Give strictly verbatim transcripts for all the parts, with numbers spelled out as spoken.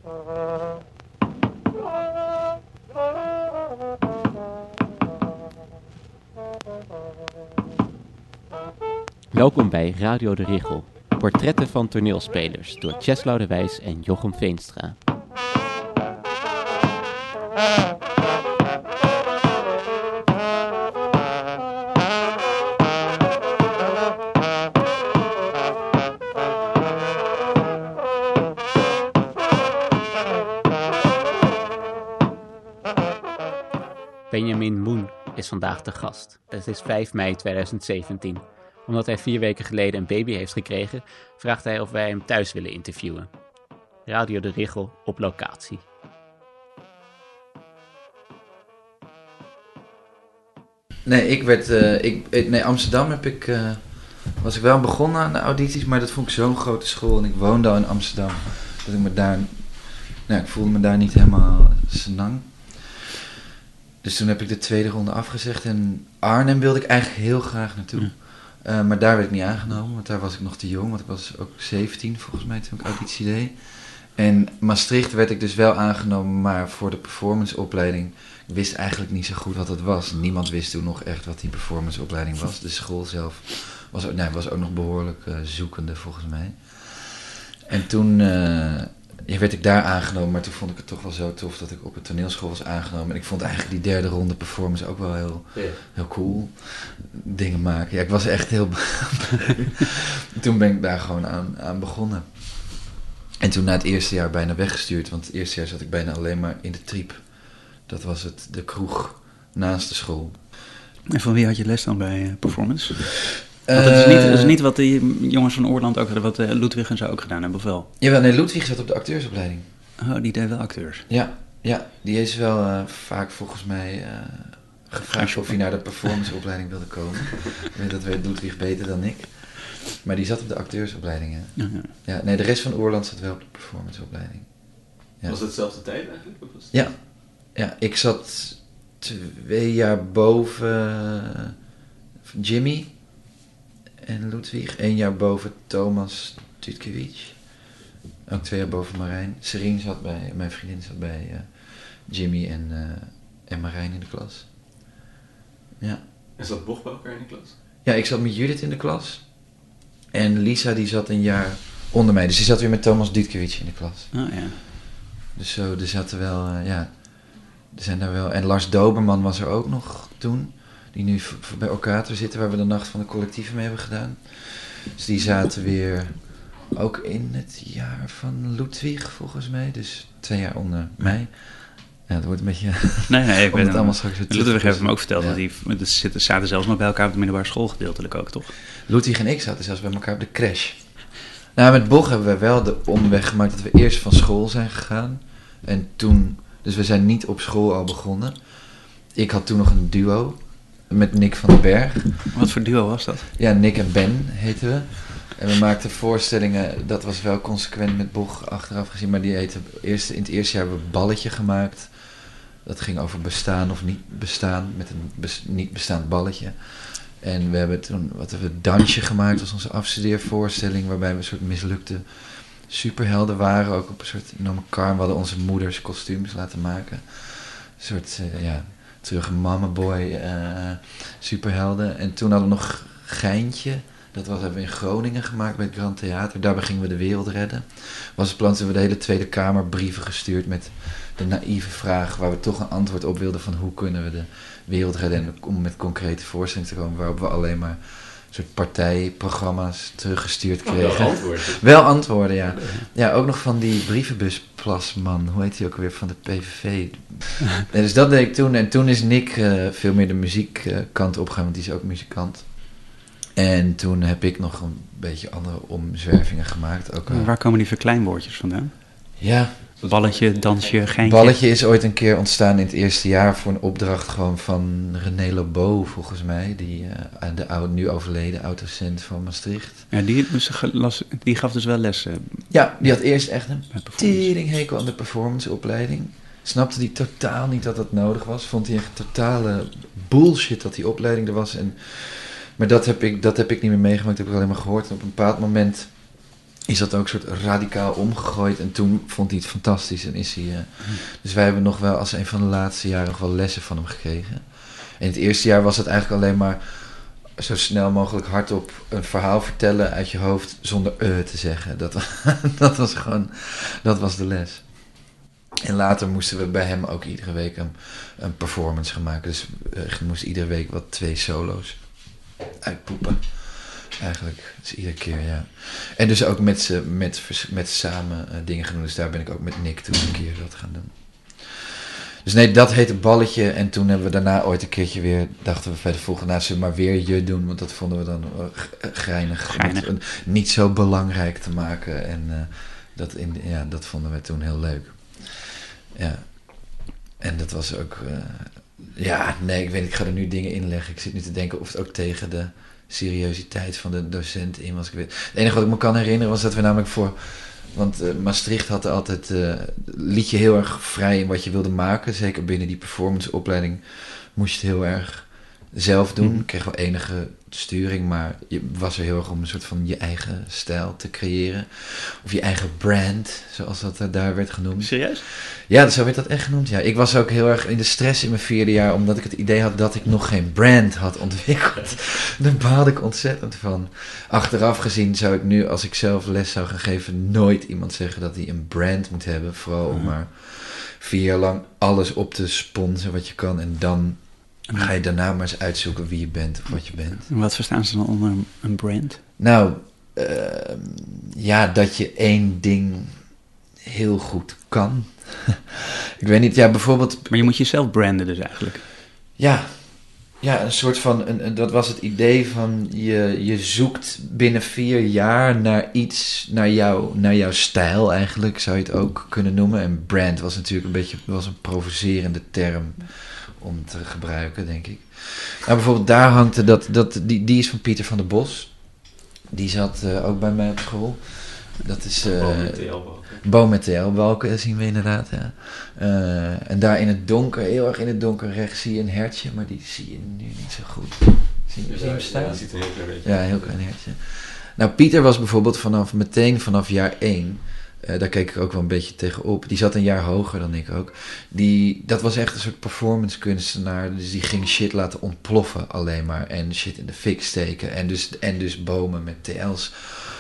Welkom bij Radio de Richel. Portretten van toneelspelers door Czeslaw de Wijs en Jochem Veenstra. Benjamin Moen is vandaag de gast. Het is vijf mei tweeduizend zeventien. Omdat hij vier weken geleden een baby heeft gekregen, vraagt hij of wij hem thuis willen interviewen. Radio de Richel op locatie. Nee, ik werd, uh, ik, nee, Amsterdam heb ik, uh, was ik wel begonnen aan de audities, maar dat vond ik zo'n grote school en ik woonde al in Amsterdam, dat ik me daar, nou, ik voelde me daar niet helemaal senang. Dus toen heb ik de tweede ronde afgezegd en Arnhem wilde ik eigenlijk heel graag naartoe. Ja. Uh, maar daar werd ik niet aangenomen, want daar was ik nog te jong, want ik was ook zeventien volgens mij toen ik auditie deed. En Maastricht werd ik dus wel aangenomen, maar voor de performanceopleiding, ik wist eigenlijk niet zo goed wat het was. Niemand wist toen nog echt wat die performanceopleiding was. De school zelf was, nee, was ook nog behoorlijk uh, zoekende volgens mij. En toen uh, ja, werd ik daar aangenomen, maar toen vond ik het toch wel zo tof dat ik op een toneelschool was aangenomen. En ik vond eigenlijk die derde ronde performance ook wel heel, ja. heel cool. Dingen maken. Ja, ik was echt heel... Toen ben ik daar gewoon aan, aan begonnen. En toen na het eerste jaar bijna weggestuurd, want het eerste jaar zat ik bijna alleen maar in de triep. Dat was het, de kroeg naast de school. En van wie had je les dan bij uh, performance? Want dat is, niet, dat is niet wat de jongens van Oorland ook hadden, wat uh, Ludwig en zo ook gedaan hebben, of wel? Jawel, nee, Ludwig zat op de acteursopleiding. Oh, die deed wel acteurs? Ja, ja die is wel uh, vaak volgens mij uh, gevraagd of hij naar de performanceopleiding wilde komen. Dat weet Ludwig beter dan ik. Maar die zat op de acteursopleiding, hè. Ja, ja. Ja, nee, de rest van Oorland zat wel op de performanceopleiding. Ja. Was het dezelfde tijd eigenlijk? Of was het... Ja. Ja, ik zat twee jaar boven Jimmy en Ludwig. Één jaar boven Thomas Tutkiewicz. Ook twee jaar boven Marijn. Serien zat bij, mijn vriendin zat bij uh, Jimmy en, uh, en Marijn in de klas. Ja. En zat Boch bij elkaar in de klas? Ja, ik zat met Judith in de klas. En Lisa die zat een jaar onder mij. Dus die zat weer met Thomas Tutkiewicz in de klas. Oh ja. Dus zo, er zaten wel, uh, ja... Er zijn daar wel... En Lars Doberman was er ook nog toen. Die nu v- v- bij Orkater zitten, waar we de Nacht van de Collectieven mee hebben gedaan. Dus die zaten weer ook in het jaar van Ludwig, volgens mij. Dus twee jaar onder mij. Ja, het wordt een beetje... Nee, nee, ik weet het allemaal straks weer terug. Ludwig heeft hem ook verteld, ja. dat die zitten, zaten zelfs maar bij elkaar op de middelbare school gedeeltelijk ook, toch? Ludwig en ik zaten zelfs bij elkaar op de crash. Nou, met Boch hebben we wel de omweg gemaakt dat we eerst van school zijn gegaan. En toen... Dus we zijn niet op school al begonnen. Ik had toen nog een duo met Nick van den Berg. Wat voor duo was dat? Ja, Nick en Ben heten we. En we maakten voorstellingen, dat was wel consequent met Boch achteraf gezien, maar die heette, eerst, in het eerste jaar hebben we Balletje gemaakt. Dat ging over bestaan of niet bestaan, met een bes, niet bestaand balletje. En we hebben toen, wat hebben we, Dansje gemaakt, dat was onze afstudeervoorstelling, waarbij we een soort mislukte superhelden waren, ook op een soort enorme karm. We hadden onze moeders kostuums laten maken. Een soort, uh, ja, terug een mamaboy uh, superhelden. En toen hadden we nog Geintje. Dat was, hebben we in Groningen gemaakt bij het Grand Theater. Daarbij gingen we de wereld redden. Was het plan, hebben we de hele Tweede Kamer brieven gestuurd met de naïeve vraag waar we toch een antwoord op wilden van hoe kunnen we de wereld redden en om met concrete voorstellingen te komen, waarop we alleen maar soort partijprogramma's teruggestuurd kregen. Oh, wel antwoorden. Wel antwoorden, ja. Ja, ook nog van die brievenbusplasman, hoe heet die ook weer, van de P V V. Nee, dus dat deed ik toen. En toen is Nick uh, veel meer de muziekkant uh, opgegaan, want die is ook muzikant. En toen heb ik nog een beetje andere omzwervingen gemaakt. Ook, uh, Waar komen die verkleinwoordjes vandaan? Ja. Balletje, dansje, geintje. Balletje is ooit een keer ontstaan in het eerste jaar voor een opdracht gewoon van René Lebeau, volgens mij. Die, uh, de oud, nu overleden oud-docent van Maastricht. Ja, die, las, die gaf dus wel lessen. Ja, die had eerst echt een teringhekel aan de performanceopleiding. Snapte die totaal niet dat dat nodig was. Vond hij echt totale bullshit dat die opleiding er was. En, maar dat heb, ik, dat heb ik niet meer meegemaakt, dat heb ik alleen maar gehoord. En op een bepaald moment is dat ook soort radicaal omgegooid. En toen vond hij het fantastisch. En is hij, uh, dus wij hebben nog wel als een van de laatste jaren nog wel lessen van hem gekregen. In het eerste jaar was het eigenlijk alleen maar zo snel mogelijk hardop een verhaal vertellen uit je hoofd zonder uh te zeggen. Dat, dat was gewoon, dat was de les. En later moesten we bij hem ook iedere week een, een performance gaan maken. Dus uh, je moest iedere week wat twee solo's uitpoepen. Eigenlijk, dus iedere keer, ja. En dus ook met ze met, met samen uh, dingen gaan doen. Dus daar ben ik ook met Nick toen een keer dat gaan doen. Dus nee, dat heette Balletje. En toen hebben we daarna ooit een keertje weer, dachten we bij de volgende, nou, zullen we maar weer je doen. Want dat vonden we dan uh, geinig. Geinig. Om het, uh, niet zo belangrijk te maken. En uh, dat, in, ja, dat vonden we toen heel leuk. Ja. En dat was ook, uh, ja, nee, ik weet niet, ik ga er nu dingen inleggen. Ik zit nu te denken of het ook tegen de seriositeit van de docent in was. Ik weet. Het enige wat ik me kan herinneren was dat we namelijk voor, want uh, Maastricht had er altijd, uh, liet je heel erg vrij in wat je wilde maken. Zeker binnen die performanceopleiding moest je het heel erg zelf doen. Mm. Ik kreeg wel enige sturing, maar je was er heel erg om een soort van je eigen stijl te creëren. Of je eigen brand, zoals dat uh, daar werd genoemd. Serieus? Ja, zo werd dat echt genoemd. Ja, ik was ook heel erg in de stress in mijn vierde jaar, omdat ik het idee had dat ik nog geen brand had ontwikkeld. Daar baalde ik ontzettend van. Achteraf gezien zou ik nu, als ik zelf les zou gaan geven, nooit iemand zeggen dat hij een brand moet hebben. Vooral om maar vier jaar lang alles op te sponsen wat je kan. En dan ga je daarna maar eens uitzoeken wie je bent of wat je bent. Wat verstaan ze dan onder een brand? Nou, uh, ja, dat je één ding heel goed kan. Ik weet niet, ja, bijvoorbeeld. Maar je moet jezelf branden dus eigenlijk. Ja, ja, een soort van, een, een, dat was het idee van, je, je zoekt binnen vier jaar naar iets, naar, jou, naar jouw stijl eigenlijk, zou je het ook kunnen noemen. En brand was natuurlijk een beetje, was een provocerende term om te gebruiken, denk ik. Nou, bijvoorbeeld daar hangt, dat, dat, die, die is van Pieter van der Bos. Die zat uh, ook bij mij op school. Dat is uh, Boom met T L-balken. Boom met T L-balken zien we inderdaad, ja. Uh, en daar in het donker, heel erg in het donker rechts, zie je een hertje, maar die zie je nu niet zo goed. Zie je, zie je hem staan? Ja, ziet een heel klein beetje. Ja, een heel klein hertje. Nou, Pieter was bijvoorbeeld vanaf meteen vanaf jaar één, uh, daar keek ik ook wel een beetje tegenop. Die zat een jaar hoger dan ik ook. Die, dat was echt een soort performance kunstenaar. Dus die ging shit laten ontploffen alleen maar. En shit in de fik steken. En dus, en dus bomen met T L's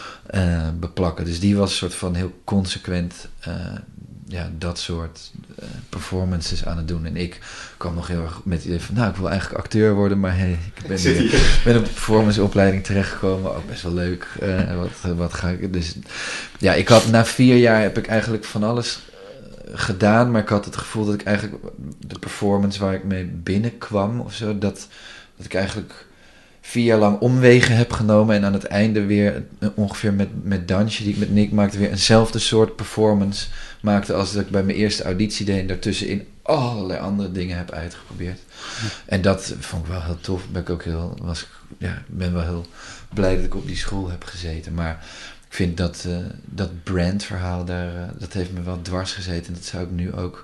uh, beplakken. Dus die was een soort van heel consequent uh, ja, dat soort uh, performances aan het doen. En ik kwam nog heel erg met het idee van, nou, ik wil eigenlijk acteur worden, maar hey, ik ben hier met een performanceopleiding terechtgekomen, ook best wel leuk. Uh, wat, wat ga ik, dus ja, ik had na vier jaar heb ik eigenlijk van alles uh, gedaan, maar ik had het gevoel dat ik eigenlijk de performance waar ik mee binnenkwam of zo, dat, dat ik eigenlijk vier jaar lang omwegen heb genomen en aan het einde weer uh, ongeveer met, met Dansje, die ik met Nick maakte, weer eenzelfde soort performance maakte als dat ik bij mijn eerste auditie deed en daartussenin allerlei andere dingen heb uitgeprobeerd. Ja. En dat vond ik wel heel tof. Ben ik ook heel, was, ja, ben wel heel blij dat ik op die school heb gezeten. Maar ik vind dat, uh, dat brandverhaal daar, uh, dat heeft me wel dwars gezeten. En dat zou ik nu ook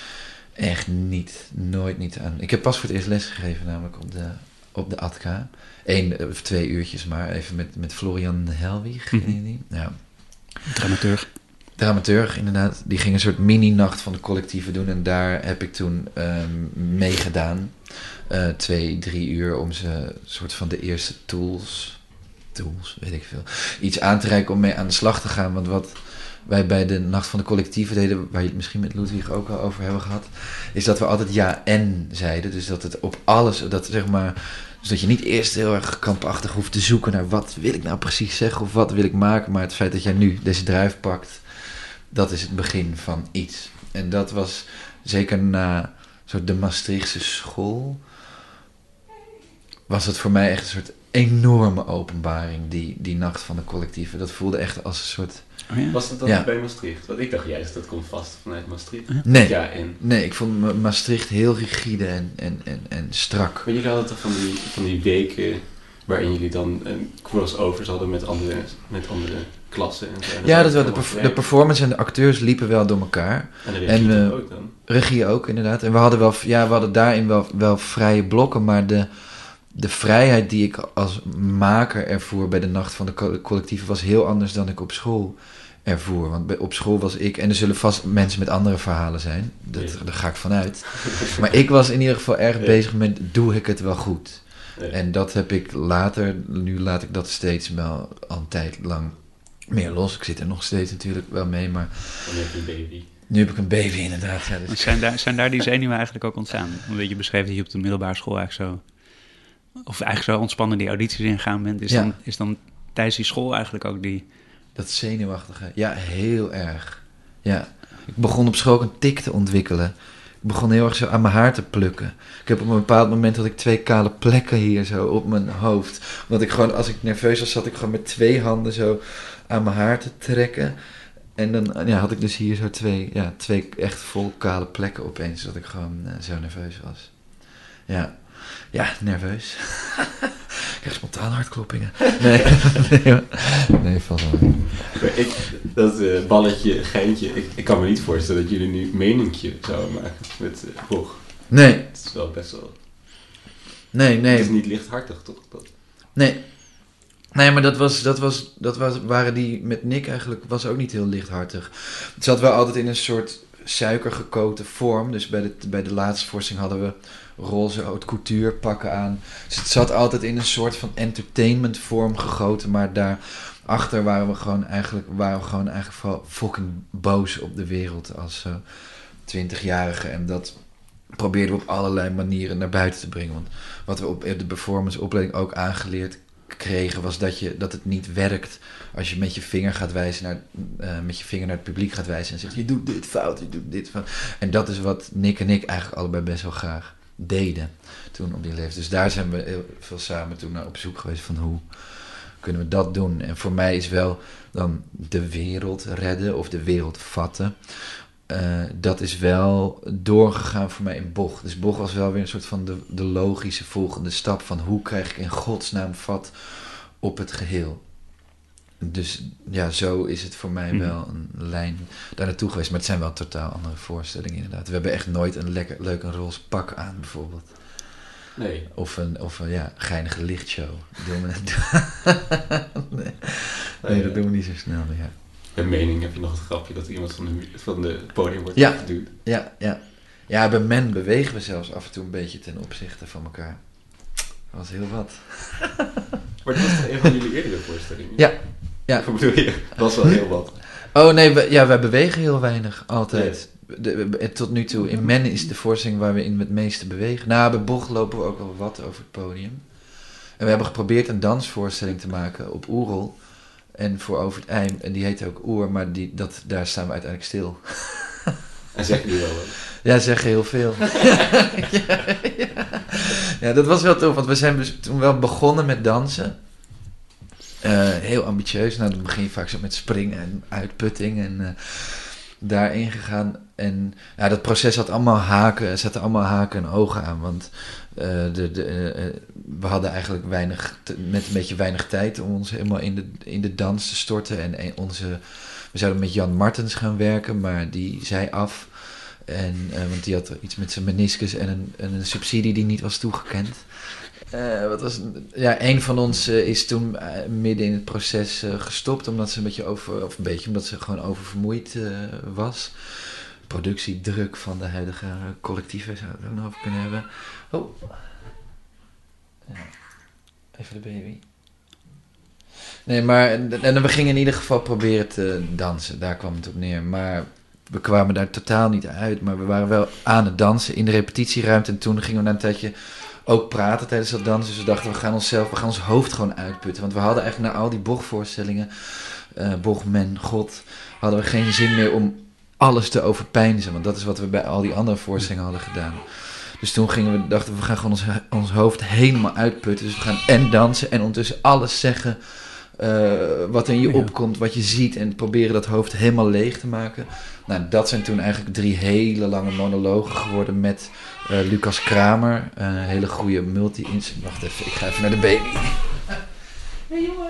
echt niet, nooit niet aan. Ik heb pas voor het eerst les gegeven, namelijk op de, op de A T K. Eén of twee uurtjes maar, even met, met Florian Helwig. Mm-hmm. Ken je die? Ja. Dramaturg. Dramaturg, inderdaad. Die ging een soort mini-nacht van de collectieven doen. En daar heb ik toen um, meegedaan. Uh, twee, drie uur om ze soort van de eerste tools... Tools, weet ik veel. Iets aan te reiken om mee aan de slag te gaan. Want wat wij bij de nacht van de collectieven deden, waar je het misschien met Ludwig ook al over hebben gehad, is dat we altijd ja en zeiden. Dus dat het op alles, dat zeg maar, dus dat je niet eerst heel erg krampachtig hoeft te zoeken naar wat wil ik nou precies zeggen of wat wil ik maken. Maar het feit dat jij nu deze druif pakt, dat is het begin van iets. En dat was zeker na soort de Maastrichtse school, was het voor mij echt een soort enorme openbaring, die, die nacht van de collectieven. Dat voelde echt als een soort... Oh ja? Was dat dan Ja. bij Maastricht? Want ik dacht juist, dat komt vast vanuit Maastricht. Nee, Ja, en... nee, ik vond Ma- Maastricht heel rigide en, en, en, en strak. Maar jullie hadden toch van die, van die weken waarin jullie dan een crossovers hadden met andere, met andere klassen en zo. En Ja, was dat wel, de, allemaal perf- de vrij. performance en de acteurs liepen wel door elkaar. En de en, regie uh, ook dan? Regie ook, inderdaad. En we hadden, wel, ja, we hadden daarin wel, wel vrije blokken, maar de, de vrijheid die ik als maker ervoer bij de Nacht van de Collectieven was heel anders dan ik op school ervoer. Want bij, op school was ik, en er zullen vast mensen met andere verhalen zijn, dat, ja. daar ga ik vanuit. Maar ik was in ieder geval erg ja. bezig met, doe ik het wel goed? Ja. En dat heb ik later, nu laat ik dat steeds wel al een tijd lang meer los. Ik zit er nog steeds natuurlijk wel mee, maar... Dan heb je een baby. Nu heb ik een baby, inderdaad. Ja, dus... zijn, daar, zijn daar die zenuwen eigenlijk ook ontstaan? Een beetje beschreven dat je op de middelbare school eigenlijk zo... Of eigenlijk zo ontspannen die audities ingegaan bent. Is, ja. dan, is dan tijdens die school eigenlijk ook die... Dat zenuwachtige. Ja, heel erg. Ja. Ik begon op school ook een tik te ontwikkelen. Ik begon heel erg zo aan mijn haar te plukken. Ik heb op een bepaald moment had ik twee kale plekken hier zo op mijn hoofd. Omdat ik gewoon, als ik nerveus was, zat ik gewoon met twee handen zo aan mijn haar te trekken. En dan ja, had ik dus hier zo twee, ja, twee echt vol kale plekken opeens, dat ik gewoon uh, zo nerveus was. Ja, ja, nerveus. Ik krijg spontaan hartkloppingen. Nee, nee, nee, vast wel. Ik, dat uh, balletje, geintje, ik, ik kan me niet voorstellen dat jullie nu meningje zouden maken met uh, Bog. Nee. Het is wel best wel... Nee, nee. Het is niet lichthartig, toch? Dat... Nee. Nee, maar dat was, dat was, dat was, waren die met Nick eigenlijk, was ook niet heel lichthartig. Het zat wel altijd in een soort suikergekoten vorm. Dus bij de, bij de laatste voorstelling hadden we roze haute couture pakken aan. Dus het zat altijd in een soort van entertainment vorm gegoten. Maar daarachter waren we gewoon eigenlijk, waren we gewoon eigenlijk vooral fucking boos op de wereld als uh, twintigjarigen. En dat probeerden we op allerlei manieren naar buiten te brengen. Want wat we op de performance opleiding ook aangeleerd kregen, was dat, je, dat het niet werkt als je met je vinger gaat wijzen naar, uh, met je vinger naar het publiek gaat wijzen en zegt, je doet dit fout, je doet dit fout. En dat is wat Nick en ik eigenlijk allebei best wel graag deden toen op die leeftijd. Dus daar zijn we heel veel samen toen naar op zoek geweest van hoe kunnen we dat doen. En voor mij is wel dan de wereld redden of de wereld vatten. Uh, dat is wel doorgegaan voor mij in Bog. Dus Bog was wel weer een soort van de, de logische volgende stap van hoe krijg ik in godsnaam vat op het geheel. Dus ja, zo is het voor mij wel een lijn daar naartoe geweest. Maar het zijn wel totaal andere voorstellingen inderdaad. We hebben echt nooit een lekker, leuk een roze pak aan bijvoorbeeld. Nee. Of een, of een ja, geinige lichtshow. Doen we het. nee, nee, dat doen we niet zo snel meer. Ja. Bij mening heb je nog het grapje dat iemand van de, van de podium wordt ja, afgeduwd. Ja, ja. Ja, bij Men bewegen we zelfs af en toe een beetje ten opzichte van elkaar. Dat was heel wat. Maar dat was toch een van jullie eerdere voorstellingen? Ja. ja. Of bedoel je? Dat was wel heel wat. Oh nee, we, ja, wij bewegen heel weinig altijd. Ja. De, tot nu toe, in Men is de voorstelling waar we in het meeste bewegen. Nou, bij Bog lopen we ook wel wat over het podium. En we hebben geprobeerd een dansvoorstelling te maken op Oerol. En voor Over het IJm, en die heet ook Oer, maar die, dat, daar staan we uiteindelijk stil. En zeggen jullie wel wat? Ja, zeggen heel veel. ja, ja. ja, dat was wel tof, want we zijn toen wel begonnen met dansen. Uh, heel ambitieus, nou dan begin je vaak zo met springen en uitputting en uh, daarin gegaan. En ja, dat proces had allemaal haken, zette allemaal haken en ogen aan, want uh, de, de, uh, we hadden eigenlijk weinig, met een beetje weinig tijd om ons helemaal in de, in de dans te storten. En, en onze, we zouden met Jan Martens gaan werken, maar die zei af. En, uh, want die had iets met zijn meniscus en een, en een subsidie die niet was toegekend. Uh, wat was, ja, een van ons uh, is toen uh, midden in het proces uh, gestopt, omdat ze een beetje over, of een beetje, omdat ze gewoon oververmoeid uh, was. Productiedruk van de huidige collectieven zou het ook nog over kunnen hebben. Oh. Ja. Even de baby. Nee, maar en, en we gingen in ieder geval proberen te dansen. Daar kwam het op neer. Maar we kwamen daar totaal niet uit. Maar we waren wel aan het dansen in de repetitieruimte. En toen gingen we na een tijdje ook praten tijdens dat dansen. Dus we dachten, we gaan onszelf, we gaan ons hoofd gewoon uitputten. Want we hadden eigenlijk na al die Bog-voorstellingen, uh, Bog, Men, God, hadden we geen zin meer om alles te overpeinzen. Want dat is wat we bij al die andere voorstellingen hadden gedaan. Dus toen gingen we, dachten we, we gaan gewoon ons, ons hoofd helemaal uitputten. Dus we gaan en dansen en ondertussen alles zeggen uh, wat in je opkomt, wat je ziet. En proberen dat hoofd helemaal leeg te maken. Nou, dat zijn toen eigenlijk drie hele lange monologen geworden met uh, Lucas Kramer. Een uh, hele goede multi-instrument. Wacht even, ik ga even naar de baby. Hé hey, jongen.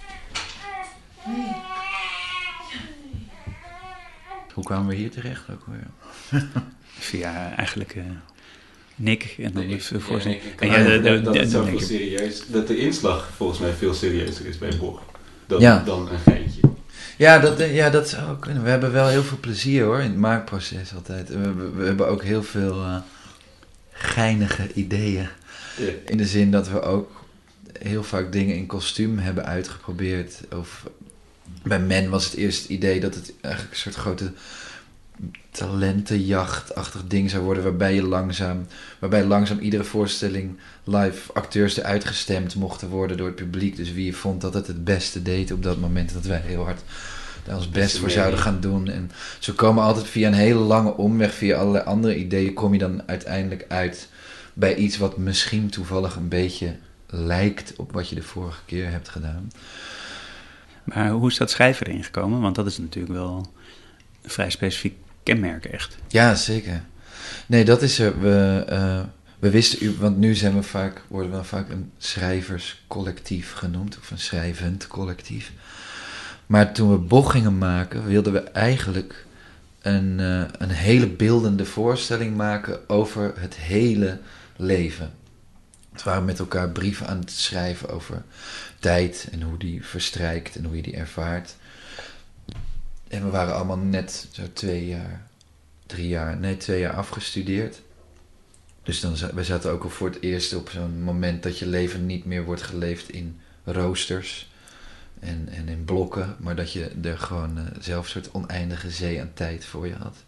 Hey. Hoe kwamen we hier terecht ook weer? Via eigenlijk uh, Nick en dan Nee, even ik- voor ja, ik- ik kan en ja, de- de- dat de- het de- zo denk veel ik. serieus, dat de inslag volgens mij veel serieuzer is bij Boch dan, Ja. dan een geintje. Ja, dat, ja, dat zou ook kunnen. We hebben wel heel veel plezier hoor, in het maakproces altijd. We, we, we hebben ook heel veel uh, geinige ideeën. Ja. In de zin dat we ook heel vaak dingen in kostuum hebben uitgeprobeerd. Of bij Men was het eerst het idee dat het eigenlijk een soort grote talentenjachtachtig ding zou worden. Waarbij je langzaam, waarbij langzaam iedere voorstelling live acteurs eruit gestemd mochten worden door het publiek. Dus wie je vond dat het het beste deed op dat moment, dat wij heel hard daar ons best voor zouden gaan doen. En zo komen altijd via een hele lange omweg, via allerlei andere ideeën, kom je dan uiteindelijk uit bij iets wat misschien toevallig een beetje lijkt op wat je de vorige keer hebt gedaan. Maar hoe is dat schrijven erin gekomen? Want dat is natuurlijk wel een vrij specifiek kenmerk echt. Ja, zeker. Nee, dat is er. We, uh, we wisten, u, want nu zijn we vaak, worden we vaak een schrijverscollectief genoemd, of een schrijvend collectief. Maar toen we Boch gingen maken, wilden we eigenlijk een, uh, een hele beeldende voorstelling maken over het hele leven. We waren met elkaar brieven aan het schrijven over tijd en hoe die verstrijkt en hoe je die ervaart. En we waren allemaal net zo twee jaar, drie jaar, nee twee jaar afgestudeerd. Dus dan, we zaten ook al voor het eerst op zo'n moment dat je leven niet meer wordt geleefd in roosters en, en in blokken. Maar dat je er gewoon uh, zelf een soort oneindige zee aan tijd voor je had.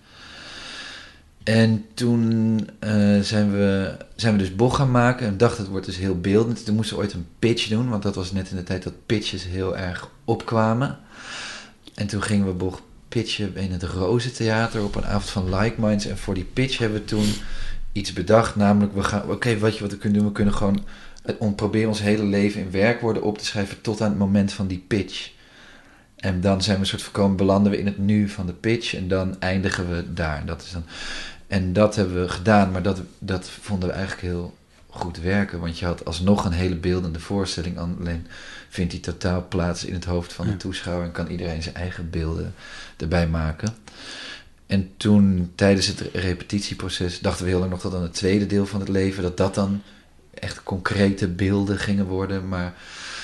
En toen uh, zijn, we, zijn we dus Boch gaan maken en dachten het wordt dus heel beeldend. Toen moesten we ooit een pitch doen, want dat was net in de tijd dat pitches heel erg opkwamen. En toen gingen we Boch pitchen in het Rozentheater op een avond van Like Minds. En voor die pitch hebben we toen iets bedacht, namelijk we gaan, oké, okay, wat je wat we kunnen doen, we kunnen gewoon uh, proberen ons hele leven in werkwoorden op te schrijven tot aan het moment van die pitch. En dan zijn we een soort voorkomen, belanden we in het nu van de pitch en dan eindigen we daar. Dat is dan... En dat hebben we gedaan, maar dat, dat vonden we eigenlijk heel goed werken. Want je had alsnog een hele beeldende voorstelling. Alleen vindt die totaal plaats in het hoofd van de toeschouwer en kan iedereen zijn eigen beelden erbij maken. En toen, tijdens het repetitieproces, dachten we heel lang nog tot aan het tweede deel van het leven, dat dat dan echt concrete beelden gingen worden. Maar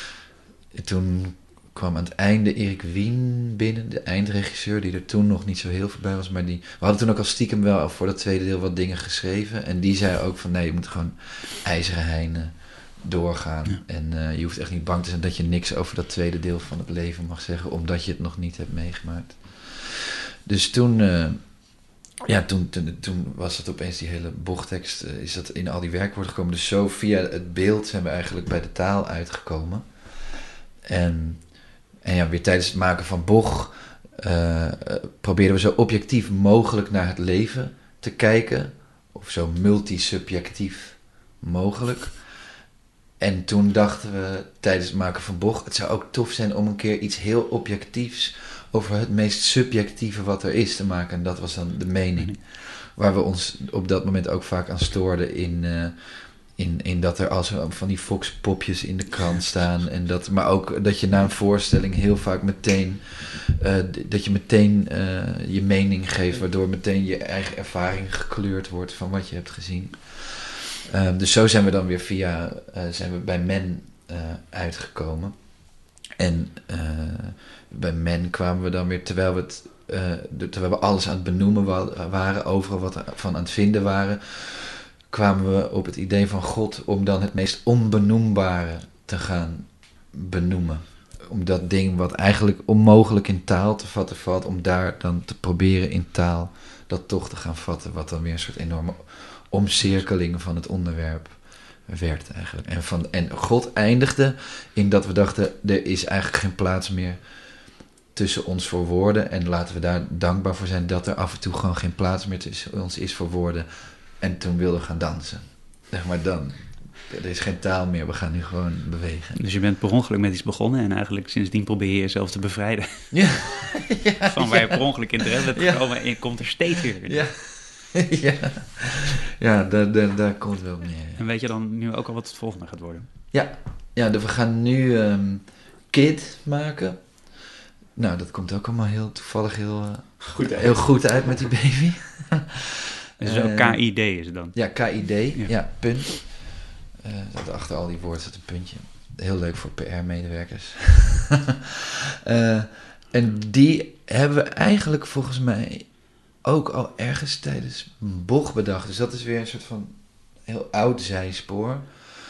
toen kwam aan het einde Erik Wien binnen, de eindregisseur, die er toen nog niet zo heel veel bij was. Maar die, we hadden toen ook al stiekem wel voor dat tweede deel wat dingen geschreven. En die zei ook van nee, je moet gewoon ijzeren heinen doorgaan. Ja. En uh, je hoeft echt niet bang te zijn dat je niks over dat tweede deel van het leven mag zeggen, omdat je het nog niet hebt meegemaakt. Dus toen, uh, ja, toen, toen, toen was het opeens die hele Bochtekst, uh, is dat in al die werkwoorden gekomen. Dus zo via het beeld zijn we eigenlijk bij de taal uitgekomen. En En ja, weer tijdens het maken van Boch uh, probeerden we zo objectief mogelijk naar het leven te kijken. Of zo multisubjectief mogelijk. En toen dachten we tijdens het maken van Boch, het zou ook tof zijn om een keer iets heel objectiefs over het meest subjectieve wat er is te maken. En dat was dan de mening. Waar we ons op dat moment ook vaak aan stoorden in... Uh, In, in dat er al zo van die Fox-popjes in de krant staan. En dat, maar ook dat je na een voorstelling heel vaak meteen... Uh, dat je meteen uh, je mening geeft, waardoor meteen je eigen ervaring gekleurd wordt van wat je hebt gezien. Uh, dus zo zijn we dan weer via... Uh, zijn we bij Men uh, uitgekomen. En uh, bij Men kwamen we dan weer, terwijl we, het, uh, de, terwijl we alles aan het benoemen wa- waren, overal wat van aan het vinden waren... kwamen we op het idee van God om dan het meest onbenoembare te gaan benoemen. Om dat ding wat eigenlijk onmogelijk in taal te vatten valt, om daar dan te proberen in taal dat toch te gaan vatten, wat dan weer een soort enorme omcirkeling van het onderwerp werd eigenlijk. En, van, en God eindigde in dat we dachten, er is eigenlijk geen plaats meer tussen ons voor woorden en laten we daar dankbaar voor zijn dat er af en toe gewoon geen plaats meer tussen ons is voor woorden. En toen wilden we gaan dansen. Zeg maar dan. Er is geen taal meer, we gaan nu gewoon bewegen. Dus je bent per ongeluk met iets begonnen en eigenlijk sindsdien probeer je jezelf te bevrijden. Ja. ja Van waar ja. je per ongeluk in terecht bent gekomen ja. en je komt er steeds weer in. Ja, ja. ja daar, daar, daar komt het wel op neer. Ja. En weet je dan nu ook al wat het volgende gaat worden? Ja, ja we gaan nu um, Kid maken. Nou, dat komt ook allemaal heel toevallig heel, uh, goed, heel goed uit met die baby. Dus ook K I D is het dan? Ja, K I D, ja, ja punt. Uh, dat achter al die woorden zit een puntje. Heel leuk voor P R-medewerkers. uh, en die hebben we eigenlijk volgens mij ook al ergens tijdens Boch bedacht. Dus dat is weer een soort van heel oud zijspoor.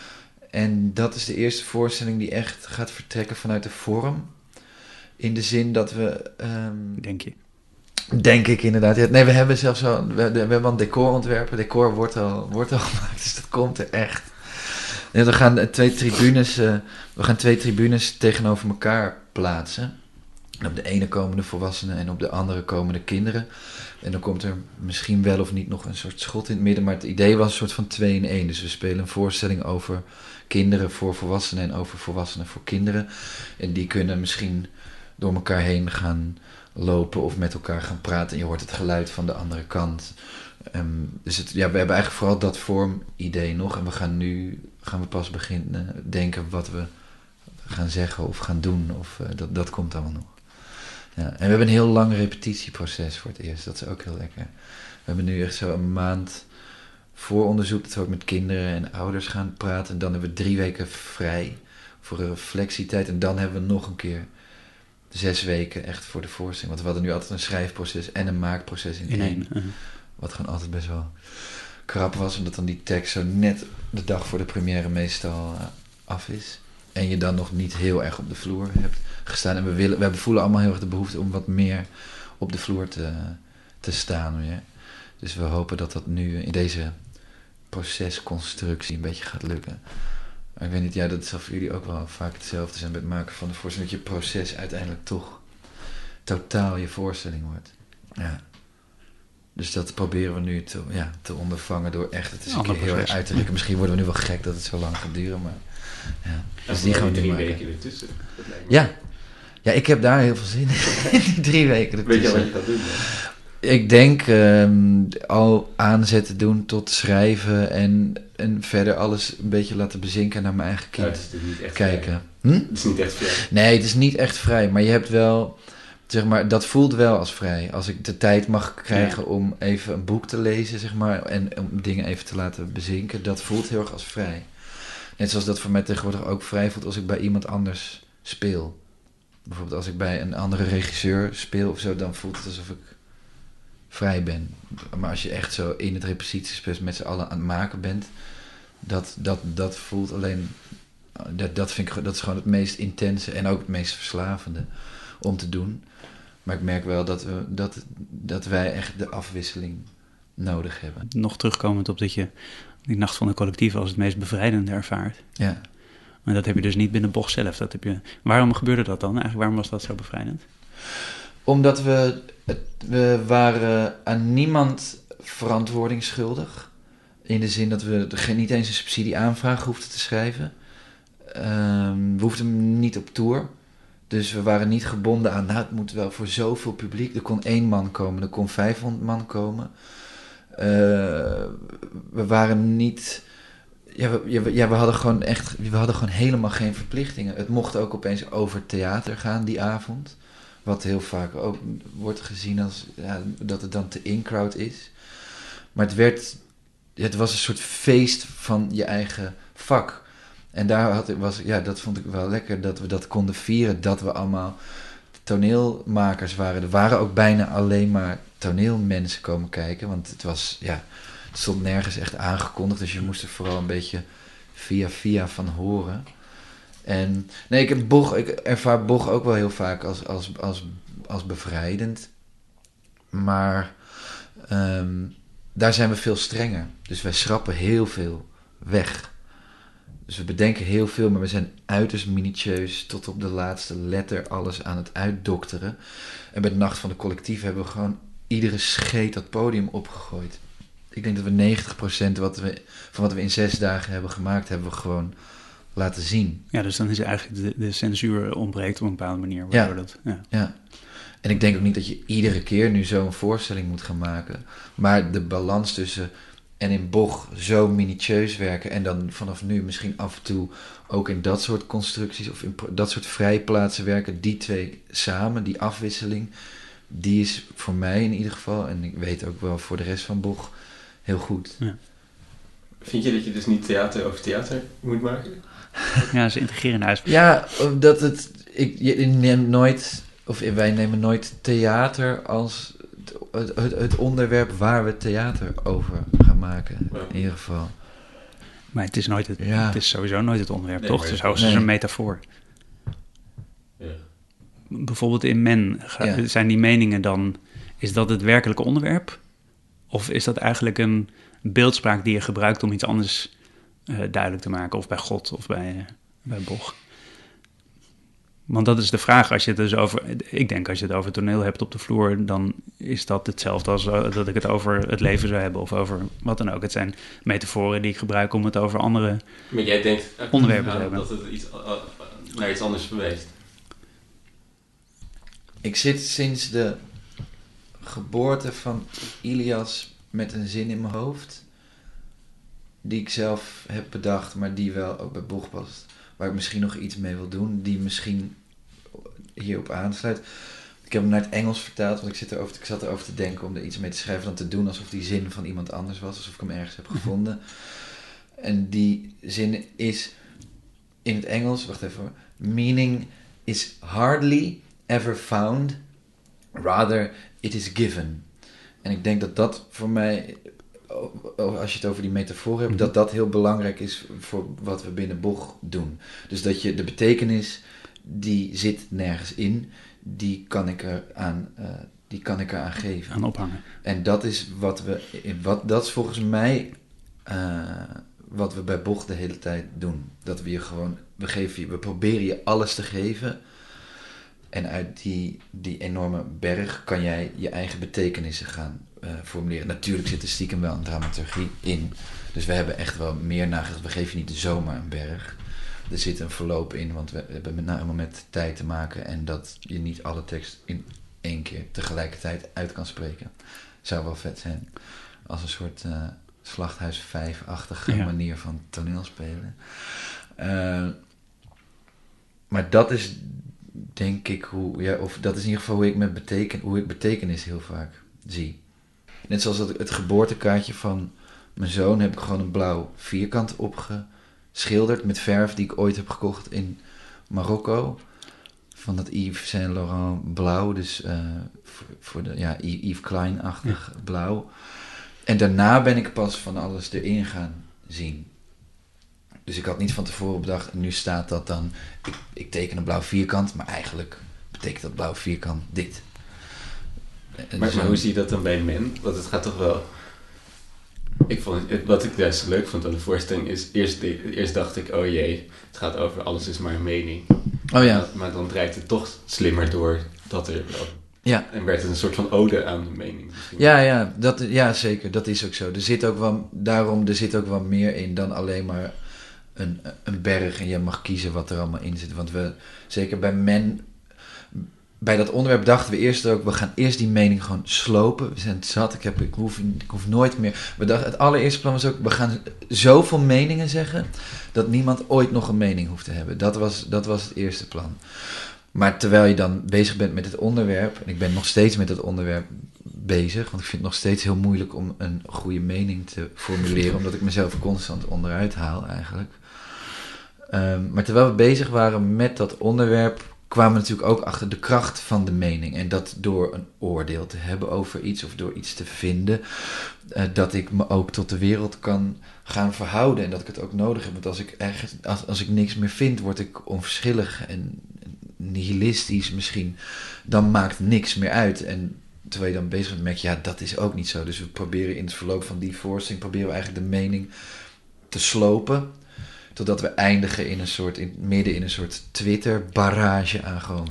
En dat is de eerste voorstelling die echt gaat vertrekken vanuit de vorm. In de zin dat we... Um, Denk je? Denk ik inderdaad. Ja, nee, we hebben zelfs al... We, we hebben al een decorontwerper. Decor wordt al, wordt al gemaakt, dus dat komt er echt. Ja, we gaan twee tribunes, uh, we gaan twee tribunes tegenover elkaar plaatsen. En op de ene komen de volwassenen en op de andere komen de kinderen. En dan komt er misschien wel of niet nog een soort schot in het midden. Maar het idee was een soort van twee in één. Dus we spelen een voorstelling over kinderen voor volwassenen en over volwassenen voor kinderen. En die kunnen misschien door elkaar heen gaan lopen of met elkaar gaan praten. En je hoort het geluid van de andere kant. Um, dus het, ja, we hebben eigenlijk vooral dat vormidee nog. En we gaan nu gaan we pas beginnen denken wat we gaan zeggen of gaan doen. Of, uh, dat, dat komt allemaal nog. Ja, en we hebben een heel lang repetitieproces voor het eerst. Dat is ook heel lekker. We hebben nu echt zo een maand vooronderzoek. Dat we ook met kinderen en ouders gaan praten. En dan hebben we drie weken vrij voor een reflectietijd. En dan hebben we nog een keer zes weken echt voor de voorstelling. Want we hadden nu altijd een schrijfproces en een maakproces in, in één. Uh-huh. Wat gewoon altijd best wel krap was. Omdat dan die tekst zo net de dag voor de première meestal uh, af is. En je dan nog niet heel erg op de vloer hebt gestaan. En we, willen, we voelen allemaal heel erg de behoefte om wat meer op de vloer te, te staan weer. Dus we hopen dat dat nu in deze procesconstructie een beetje gaat lukken. Maar ik weet niet, ja, dat zal voor jullie ook wel vaak hetzelfde zijn bij het maken van de voorstelling. Dat je proces uiteindelijk toch totaal je voorstelling wordt. Ja. Dus dat proberen we nu te, ja, te ondervangen door echt het eens een keer heel erg uit te drukken. Misschien worden we nu wel gek dat het zo lang gaat duren, maar ja. Dus die gaan we nu drie maken. weken ertussen. Dat lijkt me. Ja. Ja, ik heb daar heel veel zin in, in die drie weken ertussen. Weet je wat je gaat doen dan? Ik denk um, al aanzetten doen tot schrijven en, en verder alles een beetje laten bezinken naar mijn eigen kind. Ja, het is niet echt kijken. Vrij. Hm? Het is niet echt vrij. Nee, het is niet echt vrij, maar je hebt wel, zeg maar, dat voelt wel als vrij. Als ik de tijd mag krijgen ja. om even een boek te lezen, zeg maar, en om dingen even te laten bezinken, dat voelt heel erg als vrij. Net zoals dat voor mij tegenwoordig ook vrij voelt als ik bij iemand anders speel. Bijvoorbeeld als ik bij een andere regisseur speel of zo, dan voelt het alsof ik vrij ben. Maar als je echt zo in het repetitieproces met z'n allen aan het maken bent, dat, dat, dat voelt alleen, dat, dat vind ik, dat is gewoon het meest intense en ook het meest verslavende om te doen. Maar ik merk wel dat, we, dat, dat wij echt de afwisseling nodig hebben. Nog terugkomend op dat je die Nacht van de Collectieven als het meest bevrijdende ervaart. Ja. Maar dat heb je dus niet binnen Boch zelf. Dat heb je, waarom gebeurde dat dan? Eigenlijk, waarom was dat zo bevrijdend? Omdat we, we waren aan niemand verantwoording schuldig. In de zin dat we niet eens een subsidieaanvraag hoefden te schrijven. Um, we hoefden niet op tour. Dus we waren niet gebonden aan, nou het moet wel voor zoveel publiek. Er kon één man komen, er kon vijfhonderd man komen. Uh, we waren niet... Ja we, ja, we hadden gewoon echt... We hadden gewoon helemaal geen verplichtingen. Het mocht ook opeens over theater gaan die avond. Wat heel vaak ook wordt gezien als... Ja, dat het dan te in-crowd is. Maar het werd... Het was een soort feest van je eigen vak. En daar had ik, was, ja, dat vond ik wel lekker, dat we dat konden vieren. Dat we allemaal toneelmakers waren. Er waren ook bijna alleen maar toneelmensen komen kijken. Want het was, ja, het stond nergens echt aangekondigd. Dus je moest er vooral een beetje via via van horen. En nee, ik, heb Boch, ik ervaar Boch ook wel heel vaak als, als, als, als bevrijdend. Maar um, daar zijn we veel strenger. Dus wij schrappen heel veel weg. Dus we bedenken heel veel, maar we zijn uiterst minutieus tot op de laatste letter alles aan het uitdokteren. En bij de Nacht van de Collectief hebben we gewoon iedere scheet dat podium opgegooid. Ik denk dat we negentig procent wat we, van wat we in zes dagen hebben gemaakt, hebben we gewoon laten zien. Ja, dus dan is eigenlijk de, de censuur ontbreekt op een bepaalde manier. Ja. Dat, ja. ja. En ik denk ook niet dat je iedere keer nu zo'n voorstelling moet gaan maken. Maar de balans tussen... En in Boch zo minutieus werken. En dan vanaf nu misschien af en toe ook in dat soort constructies. Of in dat soort vrijplaatsen werken. Die twee samen, die afwisseling. die is voor mij in ieder geval, en ik weet ook wel voor de rest van Boch, heel goed. Ja. Vind je dat je dus niet theater over theater moet maken? Ja, ze integreren huis. Ja, dat het, ik, je neemt nooit, of wij nemen nooit theater als het, het, het onderwerp waar we theater over gaan maken, Ja. in ieder geval. Maar het is, nooit het, Ja. het is sowieso nooit het onderwerp, Nee, toch? maar- Het is hoogstens Nee. een metafoor. Ja. Bijvoorbeeld in Men, ga- Ja. zijn die meningen dan... Is dat het werkelijke onderwerp? Of is dat eigenlijk een beeldspraak die je gebruikt om iets anders uh, duidelijk te maken? Of bij God of bij, uh, bij Boch? Want dat is de vraag. Als je het dus over, ik denk als je het over toneel hebt op de vloer, dan is dat hetzelfde als uh, dat ik het over het leven zou hebben of over wat dan ook. Het zijn metaforen die ik gebruik om het over andere... Maar jij denkt Onderwerpen aan hebben. dat het iets, uh, naar iets anders verwijst. Ik zit sinds de geboorte van Ilias met een zin in mijn hoofd, die ik zelf heb bedacht, maar die wel ook bij Boch past. Waar ik misschien nog iets mee wil doen, die misschien hierop aansluit. Ik heb hem naar het Engels vertaald, want ik, zit erover, ik zat erover te denken om er iets mee te schrijven, dan te doen alsof die zin van iemand anders was, alsof ik hem ergens heb gevonden. En die zin is in het Engels, wacht even hoor, meaning is hardly ever found, rather it is given. En ik denk dat dat voor mij, als je het over die metafoor hebt, dat dat heel belangrijk is voor wat we binnen Boch doen. Dus dat je de betekenis, die zit nergens in, die kan ik er aan, uh, die kan ik er aan geven. aan ophangen. En dat is wat we, wat, dat is volgens mij uh, wat we bij Boch de hele tijd doen. Dat we je gewoon, we geven je, we proberen je alles te geven. En uit die, die enorme berg kan jij je eigen betekenissen gaan uh, formuleren. Natuurlijk zit er stiekem wel een dramaturgie in. Dus we hebben echt wel meer nagedacht. We geven je niet zomaar een berg. Er zit een verloop in, want we hebben met name met tijd te maken. En dat je niet alle tekst in één keer tegelijkertijd uit kan spreken. Zou wel vet zijn. Als een soort uh, Slachthuis vijf-achtige Ja. manier van toneelspelen. Uh, maar dat is denk ik hoe, ja, of dat is in ieder geval hoe ik met beteken, hoe ik betekenis heel vaak zie. Net zoals het, het geboortekaartje van mijn zoon heb ik gewoon een blauw vierkant opgeschilderd met verf die ik ooit heb gekocht in Marokko. Van dat Yves Saint Laurent blauw, dus uh, voor, voor de, ja, Yves Klein-achtig ja. blauw. En daarna ben ik pas van alles erin gaan zien. Dus ik had niet van tevoren bedacht, en nu staat dat dan, ik, ik teken een blauw vierkant, maar eigenlijk betekent dat blauw vierkant dit. Maar, maar hoe zie je dat dan bij Men? Want het gaat toch wel... Ik vond het, wat ik juist leuk vond aan de voorstelling is, eerst, eerst dacht ik, oh jee, het gaat over alles is maar een mening. Oh ja. Maar, maar dan draait het toch slimmer door dat er... Ja. En werd het een soort van ode aan de mening misschien. Ja, ja, dat, ja, zeker, dat is ook zo. Er zit ook wel, daarom, er zit ook wel meer in dan alleen maar een, een berg en je mag kiezen wat er allemaal in zit. Want we, zeker bij Men, bij dat onderwerp dachten we eerst ook, we gaan eerst die mening gewoon slopen. We zijn het zat, ik, heb, ik, hoef, ik hoef nooit meer. We dachten, het allereerste plan was ook, we gaan zoveel meningen zeggen, dat niemand ooit nog een mening hoeft te hebben. Dat was, dat was het eerste plan. Maar terwijl je dan bezig bent met het onderwerp, en ik ben nog steeds met het onderwerp bezig, want ik vind het nog steeds heel moeilijk om een goede mening te formuleren, omdat ik mezelf constant onderuit haal eigenlijk. Um, maar terwijl we bezig waren met dat onderwerp, kwamen we natuurlijk ook achter de kracht van de mening. En dat door een oordeel te hebben over iets of door iets te vinden, uh, dat ik me ook tot de wereld kan gaan verhouden en dat ik het ook nodig heb. Want als ik, ergens, als, als ik niks meer vind, word ik onverschillig en nihilistisch misschien. Dan maakt niks meer uit. En terwijl je dan bezig bent, merk je, ja, dat is ook niet zo. Dus we proberen in het verloop van die voorstelling, proberen we eigenlijk de mening te slopen, totdat we eindigen in een soort, in, midden in een soort Twitter-barrage aan gewoon.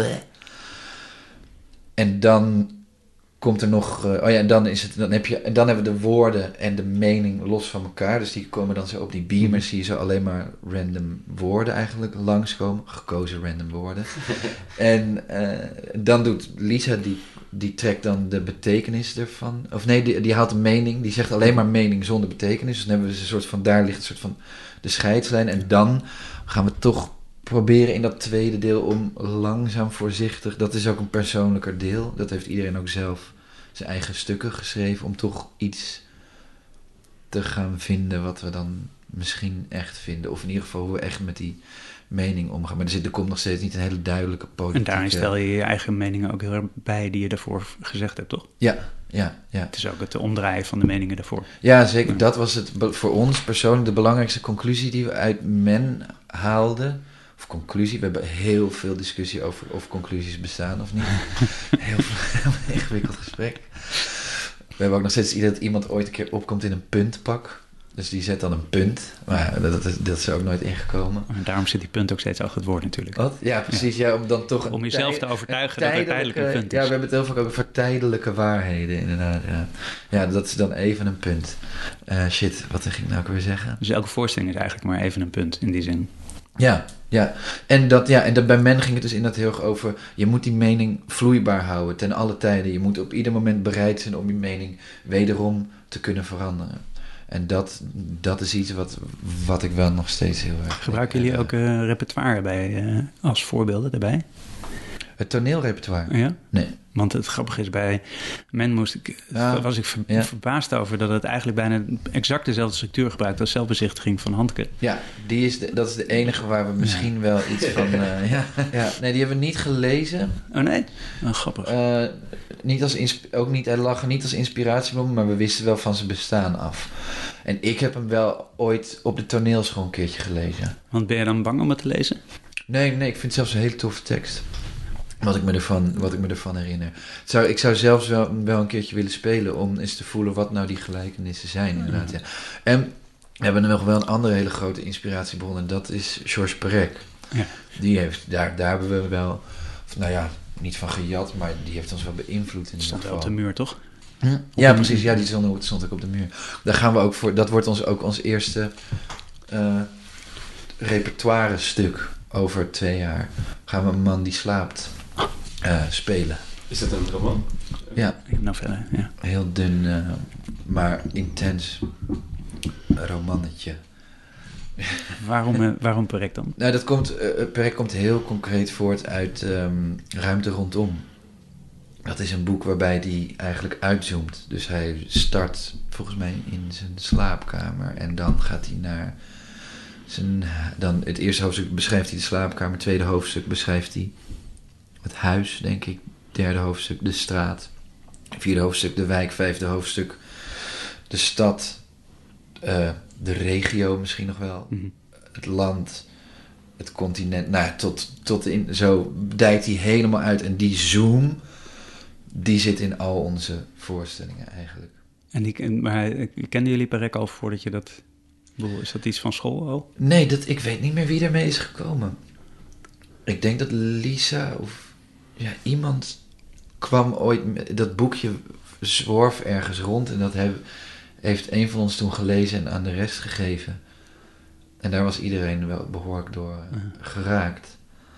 En dan komt er nog, uh, oh ja, en dan is het, dan heb je, en dan hebben we de woorden en de mening los van elkaar. Dus die komen dan zo op die beamers, zie je zo alleen maar random woorden eigenlijk langskomen, gekozen random woorden. En uh, dan doet Lisa, die, die trekt dan de betekenis ervan, of nee, die, die haalt de mening, die zegt alleen maar mening zonder betekenis. Dus dan hebben we dus een soort van, daar ligt een soort van de scheidslijn. En dan gaan we toch proberen in dat tweede deel om langzaam voorzichtig... Dat is ook een persoonlijker deel. Dat heeft iedereen ook zelf zijn eigen stukken geschreven... om toch iets te gaan vinden wat we dan misschien echt vinden. Of in ieder geval hoe we echt met die mening omgaan. Maar er, zit, er komt nog steeds niet een hele duidelijke politieke... En daarin stel je je eigen meningen ook heel erg bij die je daarvoor gezegd hebt, toch? Ja, ja, ja. Het is ook het omdraaien van de meningen daarvoor. Ja, zeker. Dat was het voor ons persoonlijk de belangrijkste conclusie die we uit Men haalden. Of conclusie, we hebben heel veel discussie over of conclusies bestaan of niet. Heel, heel ingewikkeld gesprek. We hebben ook nog steeds idee dat iemand ooit een keer opkomt in een puntpak. Dus die zet dan een punt. Maar dat, dat, dat is er ook nooit ingekomen. En daarom zit die punt ook steeds achter het woord natuurlijk. Wat? Ja, precies. Ja. Ja, om dan toch... Om jezelf te overtuigen dat er tijdelijk een punt is. Ja, we hebben het heel vaak ook over tijdelijke waarheden, inderdaad. Ja, ja dat is dan even een punt. Uh, shit, wat ging ik nou ook weer zeggen? Dus elke voorstelling is eigenlijk maar even een punt in die zin. Ja, ja. En, dat, ja, en dat bij Men ging het dus inderdaad heel erg over... Je moet die mening vloeibaar houden ten alle tijden. Je moet op ieder moment bereid zijn om je mening wederom te kunnen veranderen. En dat, dat is iets wat, wat ik wel nog steeds heel erg... Gebruiken jullie ook uh, repertoire bij, uh, als voorbeelden daarbij? Het toneelrepertoire? Ja? Nee. Want het grappige is, bij Men moest ik, ja, was ik ver, ja. verbaasd over dat het eigenlijk bijna exact dezelfde structuur gebruikt als zelfbezichtiging van Handke. Ja, die is de, dat is de enige waar we misschien ja. wel iets van... Uh, ja, ja. Nee, die hebben we niet gelezen. Oh nee? Oh, grappig. Uh, niet als insp- ook niet, hij lag er niet als inspiratiebron, maar we wisten wel van zijn bestaan af. En ik heb hem wel ooit op de toneelschool een keertje gelezen. Want ben je dan bang om het te lezen? Nee, nee, ik vind het zelfs een hele toffe tekst. Wat ik me ervan, wat ik me ervan herinner. Zou, ik zou zelfs wel, wel een keertje willen spelen om eens te voelen wat nou die gelijkenissen zijn, inderdaad. Ja. En we hebben nog wel een andere hele grote inspiratiebron en dat is Georges Perec. Ja. Die heeft, daar, daar hebben we wel, nou ja, niet van gejat, maar die heeft ons wel beïnvloed in ieder geval. Stond op de muur, toch? Hm? Ja, precies. Ja, die stond, stond ook op de muur. Daar gaan we ook voor, dat wordt ons ook ons eerste uh, repertoire stuk over twee jaar. Gaan we Een man die slaapt uh, spelen. Is dat een roman? Ja. Novelle, ja. Heel dun, uh, maar intens romannetje. Waarom, uh, waarom Perec dan? Nou, dat komt, uh, Perec komt heel concreet voort uit um, Ruimte rondom. Dat is een boek waarbij hij eigenlijk uitzoomt. Dus hij start volgens mij in zijn slaapkamer en dan gaat hij naar zijn... Dan het eerste hoofdstuk beschrijft hij de slaapkamer, het tweede hoofdstuk beschrijft hij het huis, denk ik. Derde hoofdstuk de straat. Vierde hoofdstuk de wijk, vijfde hoofdstuk de stad, uh, de regio misschien nog wel, mm-hmm. het land, het continent. Nou, tot, tot in, zo dijkt hij helemaal uit en die zoom, die zit in al onze voorstellingen eigenlijk. En die, maar kenden jullie Perec al voordat je dat... Is dat iets van school al? Nee, dat, ik weet niet meer wie ermee is gekomen. Ik denk dat Lisa of ja, iemand kwam ooit... Met, dat boekje zworf ergens rond en dat heb, heeft een van ons toen gelezen en aan de rest gegeven. En daar was iedereen wel behoorlijk door uh, geraakt.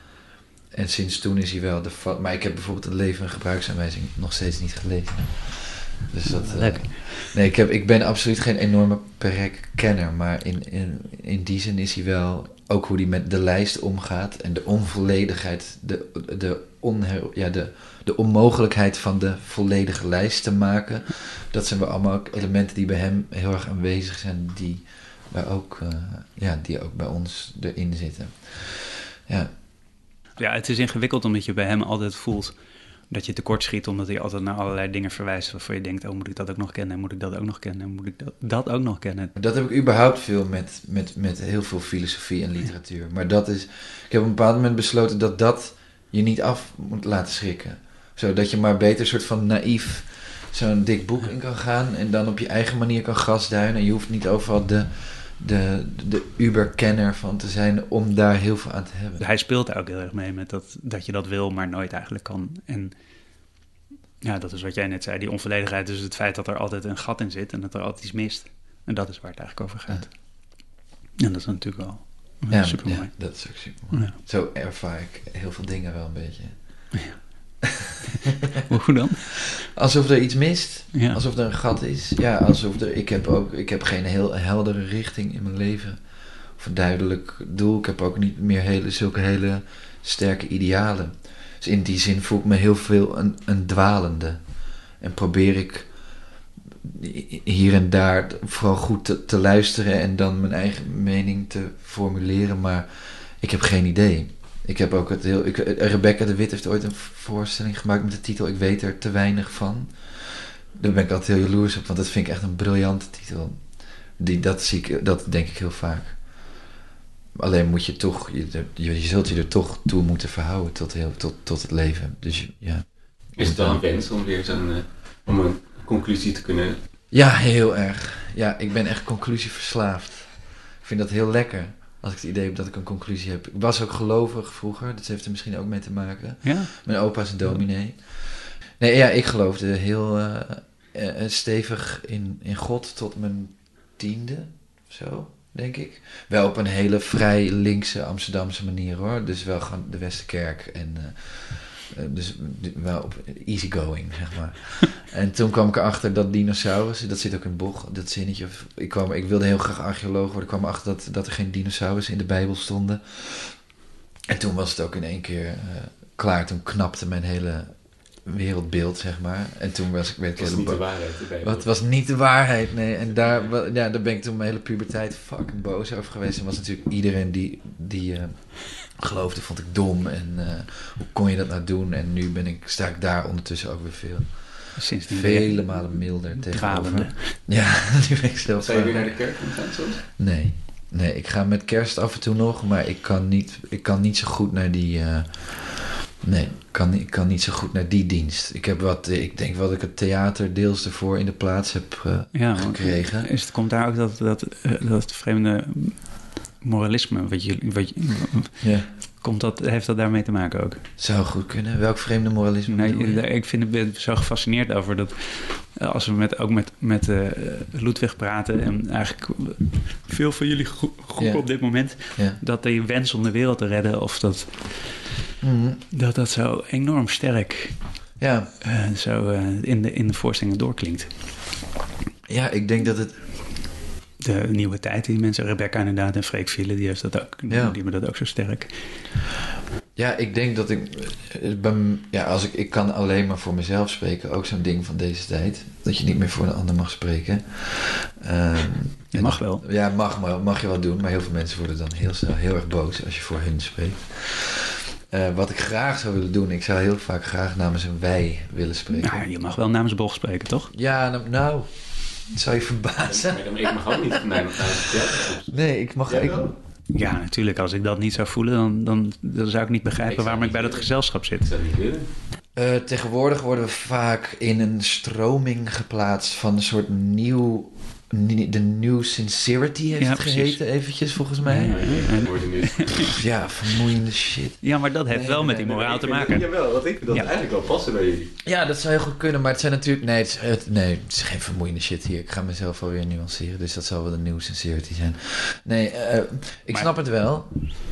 En sinds toen is hij wel de... Va- maar ik heb bijvoorbeeld een leven- en gebruiksaanwijzing nog steeds niet gelezen. Dus dat... Uh, Lekker. Nee, ik, heb, ik ben absoluut geen enorme Perec-kenner, maar in, in, in die zin is hij wel... Ook hoe hij met de lijst omgaat en de onvolledigheid, de, de, onher, ja, de, de onmogelijkheid van de volledige lijst te maken. Dat zijn wel allemaal elementen die bij hem heel erg aanwezig zijn, die, wij ook, uh, ja, die ook bij ons erin zitten. Ja. Ja, het is ingewikkeld omdat je bij hem altijd voelt dat je tekort schiet, omdat hij altijd naar allerlei dingen verwijst waarvan je denkt, oh, moet ik dat ook nog kennen, moet ik dat ook nog kennen, moet ik dat, dat ook nog kennen. Dat heb ik überhaupt veel met, met, met heel veel filosofie en literatuur. Maar dat is, ik heb op een bepaald moment besloten dat dat je niet af moet laten schrikken. Zodat je maar beter soort van naïef zo'n dik boek in kan gaan en dan op je eigen manier kan grasduinen. En je hoeft niet overal de, de, de uberkenner van te zijn om daar heel veel aan te hebben. Hij speelt daar ook heel erg mee met dat, dat je dat wil, maar nooit eigenlijk kan. En ja, dat is wat jij net zei, die onvolledigheid. Dus het feit dat er altijd een gat in zit en dat er altijd iets mist. En dat is waar het eigenlijk over gaat. Ja. En dat is natuurlijk wel ja, super mooi. Ja, dat is ook super mooi. Ja. Zo ervaar ik heel veel dingen wel een beetje. Ja. Hoe dan? Alsof er iets mist. Ja. Alsof er een gat is. Ja, alsof er... Ik heb ook... Ik heb geen heel heldere richting in mijn leven. of een duidelijk doel. Ik heb ook niet meer hele, zulke hele sterke idealen. Dus in die zin voel ik me heel veel een, een dwalende. En probeer ik hier en daar vooral goed te, te luisteren en dan mijn eigen mening te formuleren, maar ik heb geen idee. Ik heb ook het heel... Ik, Rebecca de Wit heeft ooit een voorstelling gemaakt met de titel Ik weet er te weinig van. Daar ben ik altijd heel jaloers op, want dat vind ik echt een briljante titel. Die, dat, zie ik, dat denk ik heel vaak. Alleen moet je toch... Je, je, je zult je er toch toe moeten verhouden tot, heel, tot, tot het leven. Dus ja. Is het dan een wens om weer zo'n... Uh, om een conclusie te kunnen... Ja, heel erg. Ja, ik ben echt conclusieverslaafd. Ik vind dat heel lekker. Als ik het idee heb dat ik een conclusie heb. Ik was ook gelovig vroeger. Dat heeft er misschien ook mee te maken. Ja? Mijn opa is een dominee. Nee, ja, ik geloofde heel uh, uh, stevig in, in God tot mijn tiende. Zo, denk ik. Wel op een hele vrij linkse Amsterdamse manier hoor. Dus wel gewoon de Westerkerk. En uh, uh, dus wel op easygoing, zeg maar. En toen kwam ik erachter dat dinosaurussen, dat zit ook in Boch, dat zinnetje. Ik, kwam, ik wilde heel graag archeoloog worden. Ik kwam erachter dat, dat er geen dinosaurussen in de Bijbel stonden. En toen was het ook in één keer uh, klaar. Toen knapte mijn hele wereldbeeld, zeg maar. En toen was ik... Weet ik het was niet bo- de waarheid, de Bijbel. Wat was niet de waarheid, nee. En daar, ja, daar ben ik toen mijn hele puberteit fucking boos over geweest. En was natuurlijk iedereen die... die uh, geloofde, vond ik dom. En uh, hoe kon je dat nou doen? En nu ben ik, sta ik daar ondertussen ook weer veel... Sinds Vele malen milder tegenover. Ja, nu ben ik zelf... Zou je weer naar de kerk gaan soms? Nee. Nee, ik ga met kerst af en toe nog, maar ik kan niet, ik kan niet zo goed naar die... Uh, nee, ik kan, ik kan niet zo goed naar die dienst. Ik heb wat, ik denk wel dat ik het theater deels ervoor in de plaats heb uh, ja, gekregen. Is het, komt daar ook dat, dat, dat vreemde moralisme, wat je... Wat je ja. Komt dat, heeft dat daarmee te maken ook? Zou goed kunnen. Welk vreemde moralisme? Nee, ik vind het zo gefascineerd over dat... Als we met, ook met, met uh, Ludwig praten... en eigenlijk veel van jullie gro- groepen yeah. op dit moment... Yeah. dat die wens om de wereld te redden... of dat mm-hmm. dat, dat zo enorm sterk... Ja. Uh, zo uh, in, de, in de voorstellingen doorklinkt. Ja, ik denk dat het... De nieuwe tijd, die mensen, Rebecca inderdaad en Freek Ville, die, heeft dat ook, ja. die hebben dat ook zo sterk. Ja, ik denk dat ik, ben, ja, als ik, ik kan alleen maar voor mezelf spreken, ook zo'n ding van deze tijd, dat je niet meer voor een ander mag spreken. Um, je mag wel. Ja, mag, mag je wel doen, maar heel veel mensen worden dan heel snel heel erg boos als je voor hun spreekt. Uh, wat ik graag zou willen doen, ik zou heel vaak graag namens een wij willen spreken. Nou, je mag wel namens Boch spreken, toch? Ja, nou... nou dat zou je verbazen. Maar ik mag ook niet naar het Nee, ik mag... Ik, ja, natuurlijk. Als ik dat niet zou voelen, dan, dan, dan zou ik niet begrijpen ik waarom ik bij willen. dat gezelschap zit. Ik zou niet willen. Uh, tegenwoordig worden we vaak in een stroming geplaatst van een soort nieuw... De New Sincerity heeft ja, het geheten, precies. eventjes volgens mij. Ja, ja, ja. ja, vermoeiende shit. Ja, maar dat heeft nee, wel nee, met die moraal nee, te maken. Dat, jawel, want ik vind dat ja. eigenlijk wel passen bij jullie. Ja, dat zou heel goed kunnen, maar het zijn natuurlijk... Nee, het is, het, nee, het is geen vermoeiende shit hier. Ik ga mezelf alweer nuanceren, dus dat zal wel de New Sincerity zijn. Nee, uh, ik maar, snap het wel.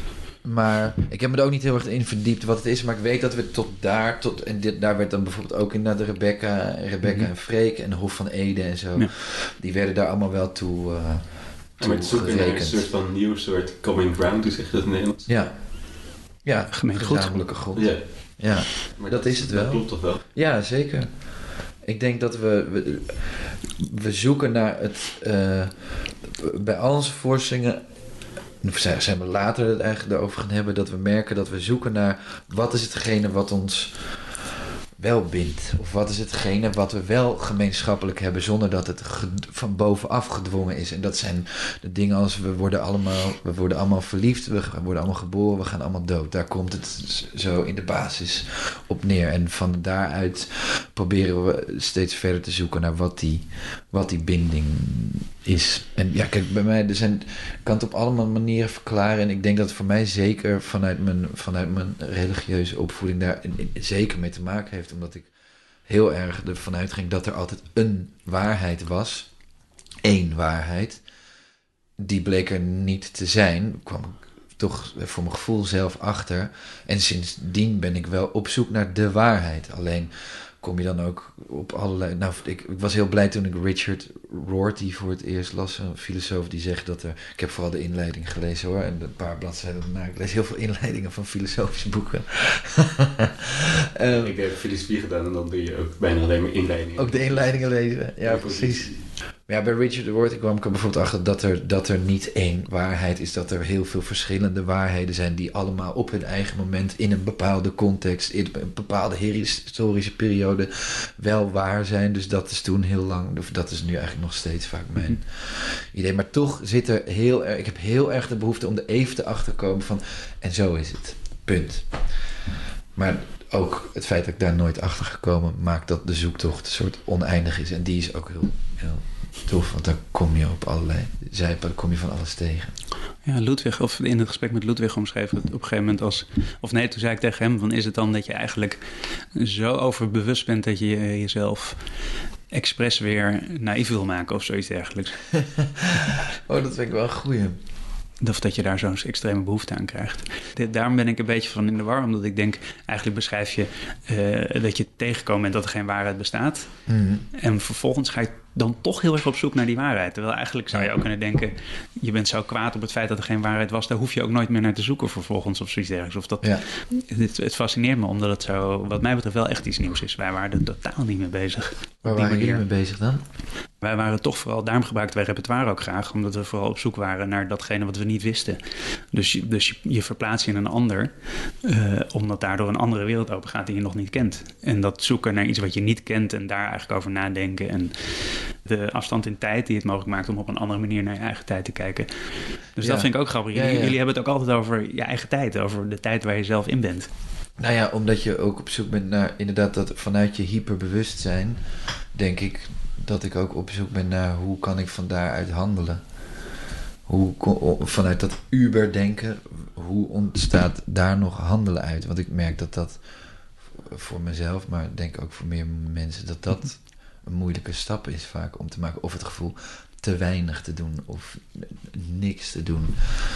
Maar ik heb me er ook niet heel erg in verdiept wat het is. Maar ik weet dat we tot daar... Tot, en dit, daar werd dan bijvoorbeeld ook inderdaad de Rebecca, Rebecca mm-hmm. en Freek... en de Hof van Ede en zo. Ja. Die werden daar allemaal wel toe, uh, toe maar het zoeken naar een soort van nieuw soort common ground. Hoe zeg je dat in Nederlands? Ja. Ja, gezamenlijke grond. Ja. Ja, maar dat, dat is het wel. Dat klopt toch wel? Ja, zeker. Ik denk dat we... We, we zoeken naar het... Uh, bij al onze voorstellingen... zijn we later het eigenlijk daarover gaan hebben, dat we merken dat we zoeken naar wat is hetgene wat ons wel bindt. Of wat is hetgene wat we wel gemeenschappelijk hebben zonder dat het ge- van bovenaf gedwongen is. En dat zijn de dingen als we worden allemaal, we worden allemaal verliefd, we worden allemaal geboren, we gaan allemaal dood. Daar komt het zo in de basis op neer. En van daaruit proberen we steeds verder te zoeken naar wat die, wat die binding is. En ja, kijk, bij mij, er zijn, ik kan het op allemaal manieren verklaren. En ik denk dat het voor mij zeker vanuit mijn, vanuit mijn religieuze opvoeding daar zeker mee te maken heeft. Omdat ik heel erg ervan uitging dat er altijd een waarheid was. Eén waarheid. Die bleek er niet te zijn. Kwam ik toch voor mijn gevoel zelf achter. En sindsdien ben ik wel op zoek naar de waarheid. Alleen kom je dan ook op allerlei... Nou, ik, ik was heel blij toen ik Richard Rorty voor het eerst las. Een filosoof die zegt dat er... Ik heb vooral de inleiding gelezen hoor. En een paar bladzijden daarna. Ik lees heel veel inleidingen van filosofische boeken. um, ik heb filosofie gedaan en dan doe je ook bijna alleen maar inleidingen. Ook de inleidingen lezen, ja, ja precies. Ja, bij Richard Rorty kwam ik er bijvoorbeeld achter dat er, dat er niet één waarheid is. Dat er heel veel verschillende waarheden zijn die allemaal op hun eigen moment in een bepaalde context, in een bepaalde historische periode wel waar zijn. Dus dat is toen heel lang, of dat is nu eigenlijk nog steeds vaak mijn mm-hmm. idee. Maar toch zit er heel erg, ik heb heel erg de behoefte om er even te achterkomen van, en zo is het. Punt. Maar ook het feit dat ik daar nooit achter gekomen maakt dat de zoektocht een soort oneindig is. En die is ook heel, heel tof, want dan kom je op allerlei zijpaden, dan kom je van alles tegen. Ja, Ludwig, of in het gesprek met Ludwig omschreef het op een gegeven moment als... Of nee, toen zei ik tegen hem, van is het dan dat je eigenlijk zo overbewust bent dat je jezelf expres weer naïef wil maken of zoiets dergelijks? Oh, dat vind ik wel een goeie. Of dat je daar zo'n extreme behoefte aan krijgt. Daarom ben ik een beetje van in de war, omdat ik denk, eigenlijk beschrijf je uh, dat je tegenkomt bent dat er geen waarheid bestaat. Mm-hmm. En vervolgens ga je dan toch heel erg op zoek naar die waarheid. Terwijl eigenlijk zou je ook kunnen denken, je bent zo kwaad op het feit dat er geen waarheid was, daar hoef je ook nooit meer naar te zoeken vervolgens of zoiets dergelijks. Of dat, ja. het, het fascineert me, omdat het zo, wat mij betreft, wel echt iets nieuws is. Wij waren er totaal niet mee bezig. Waar waren jullie mee bezig dan? Wij waren toch vooral, daarom gebruikten wij repertoire ook graag, omdat we vooral op zoek waren naar datgene wat we niet wisten. Dus je, dus je, je verplaatst je in een ander, uh, omdat daardoor een andere wereld open gaat die je nog niet kent. En dat zoeken naar iets wat je niet kent en daar eigenlijk over nadenken en de afstand in tijd die het mogelijk maakt om op een andere manier naar je eigen tijd te kijken. Dus ja. Dat vind ik ook grappig. Jullie, ja, ja. jullie hebben het ook altijd over je eigen tijd, over de tijd waar je zelf in bent. Nou ja, omdat je ook op zoek bent naar inderdaad dat vanuit je hyperbewustzijn, denk ik dat ik ook op zoek ben naar hoe kan ik van daaruit handelen. Hoe, vanuit dat uberdenken, hoe ontstaat daar nog handelen uit? Want ik merk dat dat voor mezelf, maar ik denk ook voor meer mensen, dat dat een moeilijke stap is vaak om te maken. Of het gevoel te weinig te doen of niks te doen.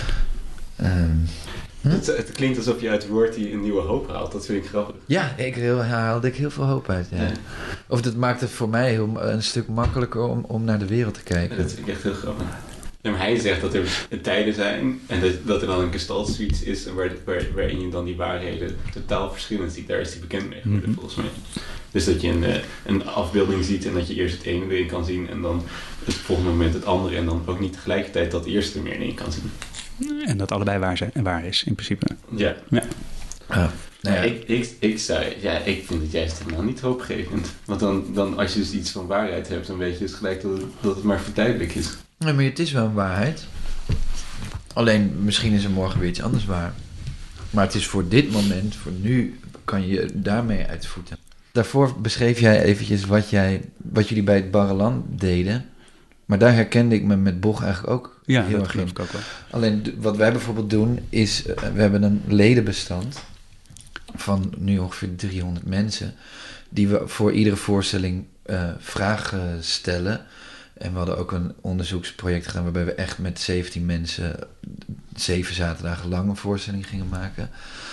Um, hm? het, het klinkt alsof je uit het woord die een nieuwe hoop haalt. Dat vind ik grappig. Ja, ik haalde ik heel veel hoop uit. Ja. Ja. Of dat maakt het voor mij heel, een stuk makkelijker om, om naar de wereld te kijken. Ja, dat vind ik echt heel grappig. En hij zegt dat er tijden zijn en dat, dat er dan een gestaltswitch is waar, waar, waarin je dan die waarheden totaal verschillend ziet. Daar is hij bekend mee geworden, mm-hmm. volgens mij. Dus dat je een, een afbeelding ziet en dat je eerst het ene erin kan zien en dan het volgende moment het andere en dan ook niet tegelijkertijd dat eerste meer in kan zien. En dat allebei waar, zijn, waar is, in principe. Ja. ja. Ah, nou ja. ik, ik, ik, zei, ja, ik vind het juist helemaal niet hoopgevend. Want dan, dan als je dus iets van waarheid hebt, dan weet je dus gelijk dat het, dat het maar voor tijdelijk is. Ja, maar het is wel een waarheid. Alleen, misschien is er morgen weer iets anders waar. Maar het is voor dit moment, voor nu, kan je daarmee uitvoeten. Daarvoor beschreef jij eventjes wat, jij, wat jullie bij het Barreland deden. Maar daar herkende ik me met Boch eigenlijk ook ja, heel erg in. Ook wel. Alleen wat wij bijvoorbeeld doen is, uh, we hebben een ledenbestand van nu ongeveer driehonderd mensen, die we voor iedere voorstelling uh, vragen stellen. En we hadden ook een onderzoeksproject gedaan waarbij we echt met zeventien mensen zeven zaterdagen lang een voorstelling gingen maken.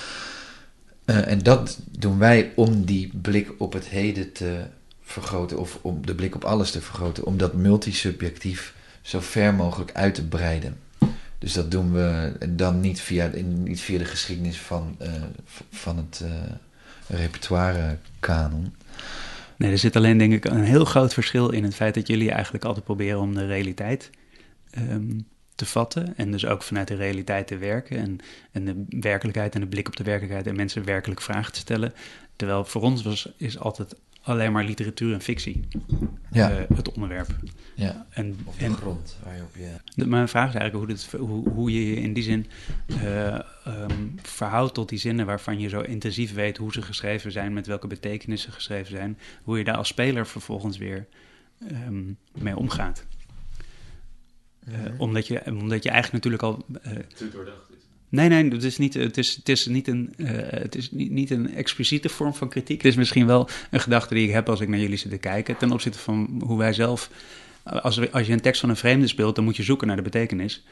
Uh, en dat doen wij om die blik op het heden te vergroten, of om de blik op alles te vergroten, om dat multisubjectief zo ver mogelijk uit te breiden. Dus dat doen we dan niet via, niet via de geschiedenis van, uh, van het uh, repertoire kanon. Nee, er zit alleen denk ik een heel groot verschil in het feit dat jullie eigenlijk altijd proberen om de realiteit um, te vatten. En dus ook vanuit de realiteit te werken. En, en de werkelijkheid en de blik op de werkelijkheid en mensen werkelijk vragen te stellen. Terwijl voor ons was, is altijd alleen maar literatuur en fictie ja. uh, het onderwerp. Ja, en, of de en, grond waarop je... De, mijn vraag is eigenlijk hoe, dit, hoe, hoe je je in die zin uh, um, verhoudt tot die zinnen waarvan je zo intensief weet hoe ze geschreven zijn, met welke betekenis ze geschreven zijn, hoe je daar als speler vervolgens weer um, mee omgaat. Uh, mm-hmm. omdat, je, omdat je eigenlijk natuurlijk al... Uh, Te doordacht is. Nee, nee, het is niet, het is, het is niet, een, uh, het is niet, niet een expliciete vorm van kritiek. Het is misschien wel een gedachte die ik heb als ik naar jullie zit te kijken, ten opzichte van hoe wij zelf... Als, als je een tekst van een vreemde speelt, dan moet je zoeken naar de betekenis.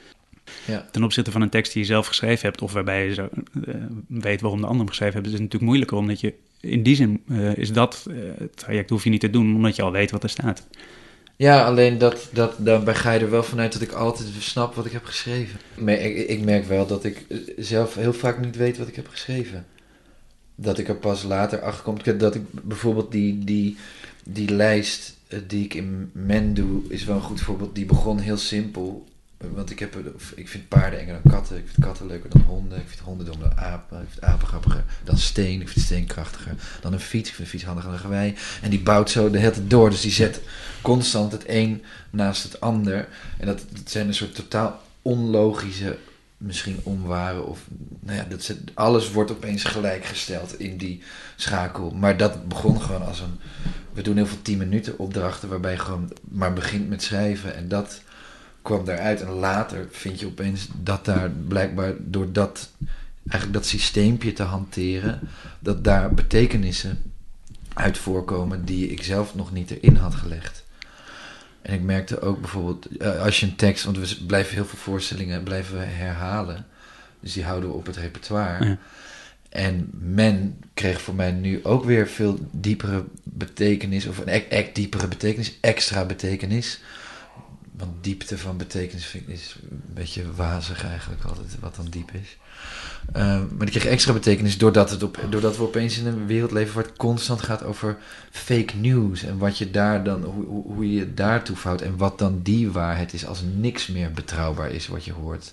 Ja. Ten opzichte van een tekst die je zelf geschreven hebt, of waarbij je zo, uh, weet waarom de ander hem geschreven heeft, is het natuurlijk moeilijker, omdat je in die zin uh, is dat uh, het traject hoef je niet te doen, omdat je al weet wat er staat. Ja, alleen dat, dat, daarbij ga je er wel vanuit dat ik altijd snap wat ik heb geschreven. Maar ik, ik merk wel dat ik zelf heel vaak niet weet wat ik heb geschreven. Dat ik er pas later achter kom. Dat ik bijvoorbeeld die, die, die lijst die ik in Men doe, is wel een goed voorbeeld. Die begon heel simpel. Want ik, heb, ik vind paarden enger dan katten. Ik vind katten leuker dan honden. Ik vind honden dommer dan apen. Ik vind apen grappiger dan steen. Ik vind steen krachtiger dan een fiets. Ik vind een fiets handiger dan een gewei. En die bouwt zo de hele tijd door. Dus die zet constant het een naast het ander. En dat, dat zijn een soort totaal onlogische, misschien onware. Of, nou ja, dat zet, alles wordt opeens gelijkgesteld in die schakel. Maar dat begon gewoon als een... We doen heel veel tien minuten opdrachten waarbij je gewoon maar begint met schrijven. En dat kwam daaruit. En later vind je opeens dat daar blijkbaar door dat, eigenlijk dat systeempje te hanteren, dat daar betekenissen uit voorkomen die ik zelf nog niet erin had gelegd. En ik merkte ook bijvoorbeeld, uh, als je een tekst, want we blijven heel veel voorstellingen blijven we herhalen. Dus die houden we op het repertoire. Ja. En Men kreeg voor mij nu ook weer veel diepere betekenis, of een echt diepere betekenis, extra betekenis. Want diepte van betekenis vind ik is een beetje wazig eigenlijk altijd, wat dan diep is. Uh, maar die kreeg extra betekenis doordat, het op, doordat we opeens in een wereld leven waar het constant gaat over fake news. En wat je daar dan, hoe, hoe je daartoe vouwt en wat dan die waarheid is als niks meer betrouwbaar is wat je hoort.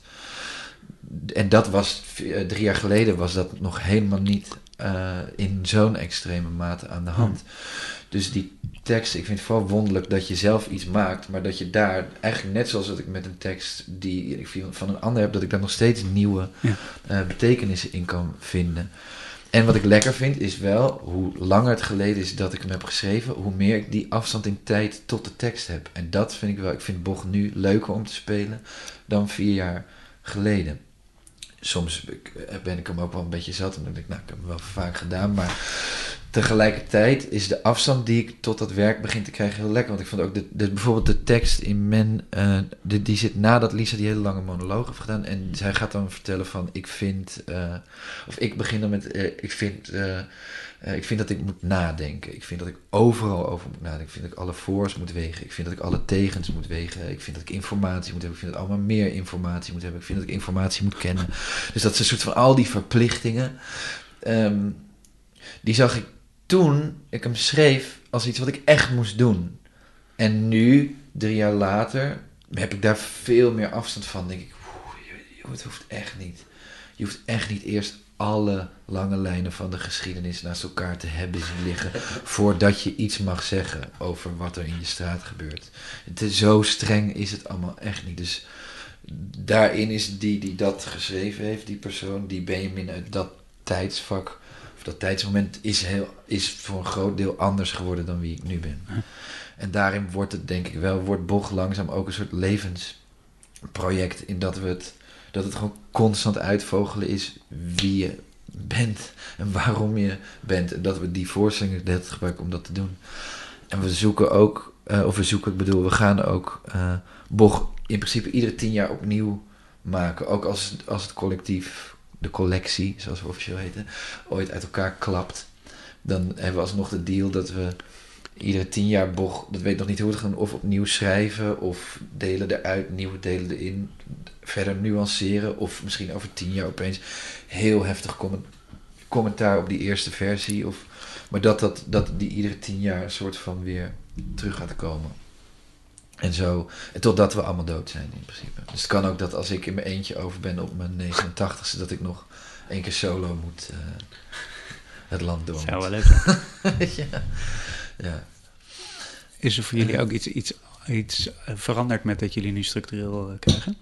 En dat was, drie jaar geleden was dat nog helemaal niet uh, in zo'n extreme mate aan de hand. Hmm. Dus die tekst, ik vind het vooral wonderlijk dat je zelf iets maakt, maar dat je daar, eigenlijk net zoals dat ik met een tekst die ik van een ander heb, dat ik daar nog steeds nieuwe ja. uh, betekenissen in kan vinden. En wat ik lekker vind is wel, hoe langer het geleden is dat ik hem heb geschreven, hoe meer ik die afstand in tijd tot de tekst heb. En dat vind ik wel, ik vind Boch nu leuker om te spelen dan vier jaar geleden. Soms ben ik hem ook wel een beetje zat en dan denk ik, nou, ik heb hem wel vaak gedaan, maar tegelijkertijd is de afstand die ik tot dat werk begin te krijgen heel lekker. Want ik vond ook, de, de, bijvoorbeeld de tekst in Men, uh, de, die zit nadat Lisa die hele lange monoloog heeft gedaan. En zij gaat dan vertellen van, ik vind, uh, of ik begin dan met, uh, ik vind, uh, uh, ik vind dat ik moet nadenken. Ik vind dat ik overal over moet nadenken. Ik vind dat ik alle voor's moet wegen. Ik vind dat ik alle tegens moet wegen. Ik vind dat ik informatie moet hebben. Ik vind dat ik allemaal meer informatie moet hebben. Ik vind dat ik informatie moet kennen. Dus dat is een soort van al die verplichtingen. Um, die zag ik toen ik hem schreef als iets wat ik echt moest doen. En nu, drie jaar later, heb ik daar veel meer afstand van. Denk ik, joh, het hoeft echt niet. Je hoeft echt niet eerst alle lange lijnen van de geschiedenis naast elkaar te hebben zien liggen voordat je iets mag zeggen over wat er in je straat gebeurt. Het is zo streng is het allemaal echt niet. Dus daarin is die die dat geschreven heeft, die persoon, die Benjamin uit dat tijdsvak, dat tijdsmoment is, heel, is voor een groot deel anders geworden dan wie ik nu ben. En daarin wordt het denk ik wel, wordt Boch langzaam ook een soort levensproject in dat we het, dat het gewoon constant uitvogelen is wie je bent en waarom je bent. En dat we die voorstellingen de hele tijd gebruiken om dat te doen. En we zoeken ook, uh, of we zoeken, ik bedoel, we gaan ook uh, Boch in principe iedere tien jaar opnieuw maken. Ook als, als het collectief, de collectie, zoals we officieel heten, ooit uit elkaar klapt, dan hebben we alsnog de deal dat we iedere tien jaar Boch, dat weet ik nog niet hoe we het gaan, of opnieuw schrijven, of delen eruit, nieuwe delen erin, verder nuanceren, of misschien over tien jaar opeens heel heftig comment, commentaar op die eerste versie, of, maar dat, dat, dat die iedere tien jaar een soort van weer terug gaat komen. En zo, en totdat we allemaal dood zijn in principe. Dus het kan ook dat als ik in mijn eentje over ben op mijn negenentachtigste, dat ik nog één keer solo moet uh, het land door. Zou wel leuk zijn. ja. ja. Is er voor jullie ook iets, iets, iets veranderd met dat jullie nu structureel uh, krijgen?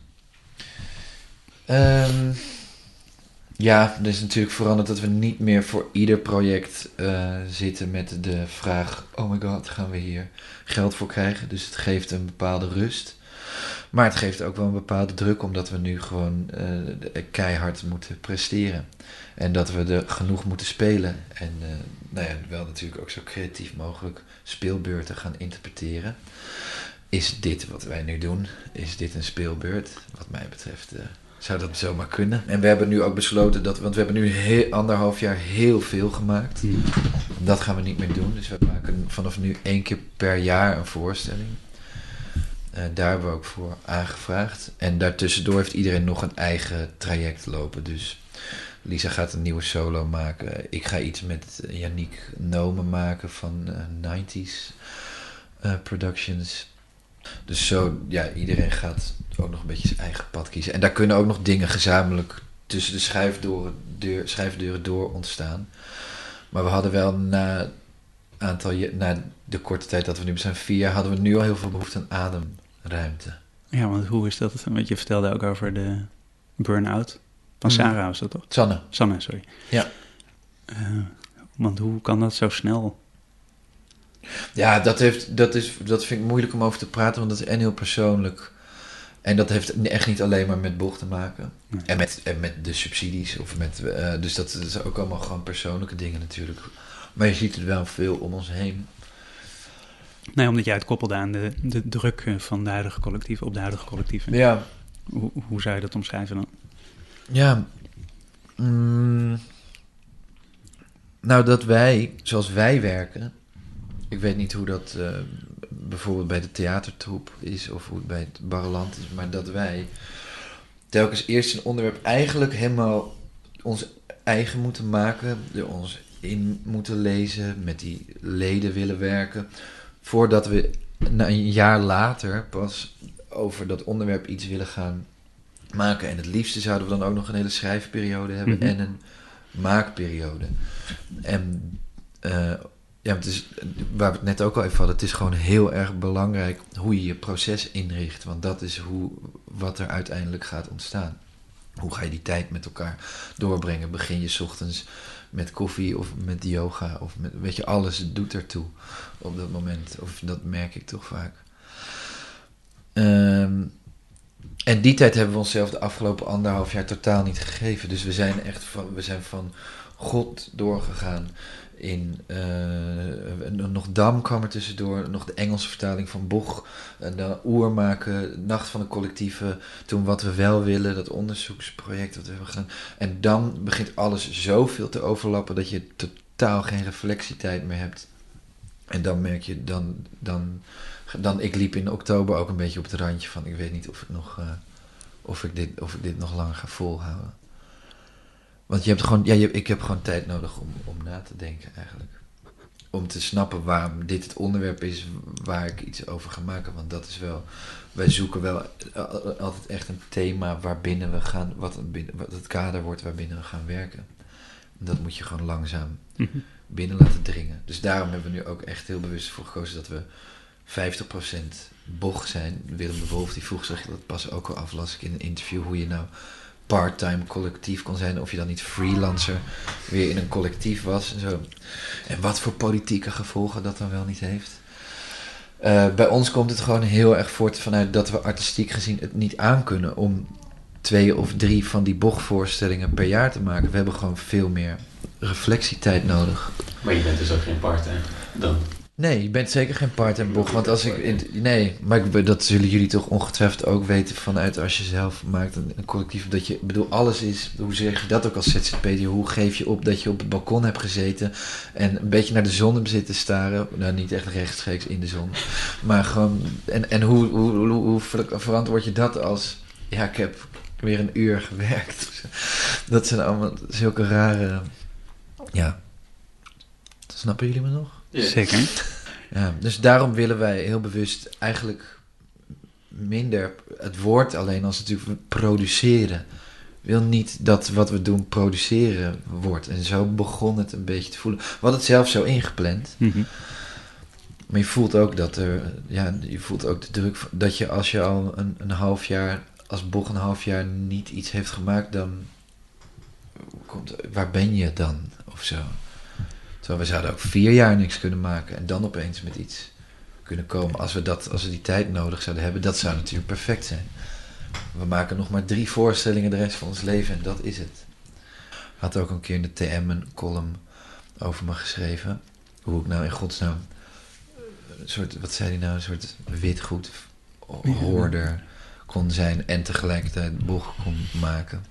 Um, ja, er is natuurlijk veranderd dat we niet meer voor ieder project uh, zitten met de vraag, oh my god, gaan we hier geld voor krijgen? Dus het geeft een bepaalde rust. Maar het geeft ook wel een bepaalde druk, omdat we nu gewoon uh, keihard moeten presteren. En dat we er genoeg moeten spelen. En uh, nou ja, wel natuurlijk ook zo creatief mogelijk speelbeurten gaan interpreteren. is dit wat wij nu doen? Is dit een speelbeurt? Wat mij betreft uh, zou dat zomaar kunnen. En we hebben nu ook besloten dat, want we hebben nu heel, anderhalf jaar heel veel gemaakt. Mm. Dat gaan we niet meer doen. Dus we maken vanaf nu één keer per jaar een voorstelling. Uh, daar hebben we ook voor aangevraagd. En daartussendoor heeft iedereen nog een eigen traject lopen. Dus Lisa gaat een nieuwe solo maken. Ik ga iets met Yannick Nomen maken van uh, nineties uh, Productions. Dus zo, ja, iedereen gaat ook nog een beetje zijn eigen pad kiezen. En daar kunnen ook nog dingen gezamenlijk tussen de schrijfdeuren, deur, schrijfdeuren door ontstaan. Maar we hadden wel na, aantal, na de korte tijd dat we nu zijn, vier jaar, hadden we nu al heel veel behoefte aan ademruimte. Ja, want hoe is dat? Want je vertelde ook over de burn-out van Sarah, was dat toch? Sanne. Sanne, sorry. Ja. Uh, want hoe kan dat zo snel? Ja, dat, heeft, dat, is, dat vind ik moeilijk om over te praten, want dat is en heel persoonlijk. En dat heeft echt niet alleen maar met Boch te maken. Nee. En, met, en met de subsidies. Of met, uh, dus dat, dat is ook allemaal gewoon persoonlijke dingen natuurlijk. Maar je ziet het wel veel om ons heen. Nee, omdat jij het koppelde aan de, de druk van de huidige collectieven, op de huidige collectieven. Ja. Hoe, hoe zou je dat omschrijven dan? Ja. Mm, nou, dat wij, zoals wij werken... Ik weet niet hoe dat uh, bijvoorbeeld bij de theatertroep is... of hoe het bij het Barreland is... maar dat wij telkens eerst een onderwerp eigenlijk helemaal ons eigen moeten maken... er ons in moeten lezen, met die leden willen werken... voordat we na een jaar later pas over dat onderwerp iets willen gaan maken. En het liefste zouden we dan ook nog een hele schrijfperiode hebben... Mm-hmm. en een maakperiode. En... Uh, Ja, het is, waar we het net ook al even hadden, het is gewoon heel erg belangrijk hoe je je proces inricht. Want dat is hoe, wat er uiteindelijk gaat ontstaan. Hoe ga je die tijd met elkaar doorbrengen? Begin je 's ochtends met koffie of met yoga? Of met, weet je, alles doet ertoe op dat moment. Of dat merk ik toch vaak. Um, en die tijd hebben we onszelf de afgelopen anderhalf jaar totaal niet gegeven. Dus we zijn echt van, we zijn van God doorgegaan. In, uh, nog Dam kwam er tussendoor, nog de Engelse vertaling van Boch, en dan Oer maken, Nacht van de Collectieven, toen Wat We Wel Willen, dat onderzoeksproject wat we hebben gedaan. En dan begint alles zoveel te overlappen dat je totaal geen reflectietijd meer hebt. En dan merk je, dan, dan, dan ik liep in oktober ook een beetje op het randje van, ik weet niet of ik nog, uh, of ik dit, of ik dit nog langer ga volhouden. Want je hebt gewoon, ja, je, ik heb gewoon tijd nodig om, om na te denken eigenlijk. Om te snappen waarom dit het onderwerp is waar ik iets over ga maken. Want dat is wel, wij zoeken wel altijd echt een thema waarbinnen we gaan, wat, een, wat het kader wordt waarbinnen we gaan werken. En dat moet je gewoon langzaam mm-hmm. binnen laten dringen. Dus daarom hebben we nu ook echt heel bewust voor gekozen dat we vijftig procent Boch zijn. Willem de Wolf die vroeg zich dat pas ook al af, las ik in een interview, hoe je nou part-time collectief kon zijn, of je dan niet freelancer weer in een collectief was en zo. En wat voor politieke gevolgen dat dan wel niet heeft. Uh, bij ons komt het gewoon heel erg voort vanuit dat we artistiek gezien het niet aankunnen om twee of drie van die bochtvoorstellingen per jaar te maken. We hebben gewoon veel meer reflectietijd nodig. Maar je bent dus ook geen part-time dan? Nee, je bent zeker geen part-time bocht, want als ik... In, nee, maar ik, dat zullen jullie toch ongetwijfeld ook weten vanuit als je zelf maakt een, een collectief, dat je, ik bedoel, alles is, hoe zeg je dat ook als Z Z P'er, hoe geef je op dat je op het balkon hebt gezeten en een beetje naar de zon hebt zitten staren, nou niet echt rechtstreeks in de zon, maar gewoon, en, en hoe, hoe, hoe, hoe verantwoord je dat als, ja, ik heb weer een uur gewerkt. Dat zijn allemaal zulke rare, ja, snappen jullie me nog? Ja. Zeker. Ja, dus daarom willen wij heel bewust eigenlijk minder het woord alleen als natuurlijk produceren. Wil niet dat wat we doen produceren wordt. En zo begon het een beetje te voelen. We hadden het zelf zo ingepland. Mm-hmm. Maar je voelt ook dat er, ja, je voelt ook de druk dat je als je al een, een half jaar, als Boch een half jaar niet iets heeft gemaakt, dan komt, waar ben je dan of zo? Terwijl we zouden ook vier jaar niks kunnen maken en dan opeens met iets kunnen komen. Als we, dat, als we die tijd nodig zouden hebben, dat zou natuurlijk perfect zijn. We maken nog maar drie voorstellingen de rest van ons leven en dat is het. Had ook een keer in de T M een column over me geschreven. Hoe ik nou in godsnaam soort, wat zei hij nou, een soort witgoed hoorder kon zijn en tegelijkertijd boeken kon maken.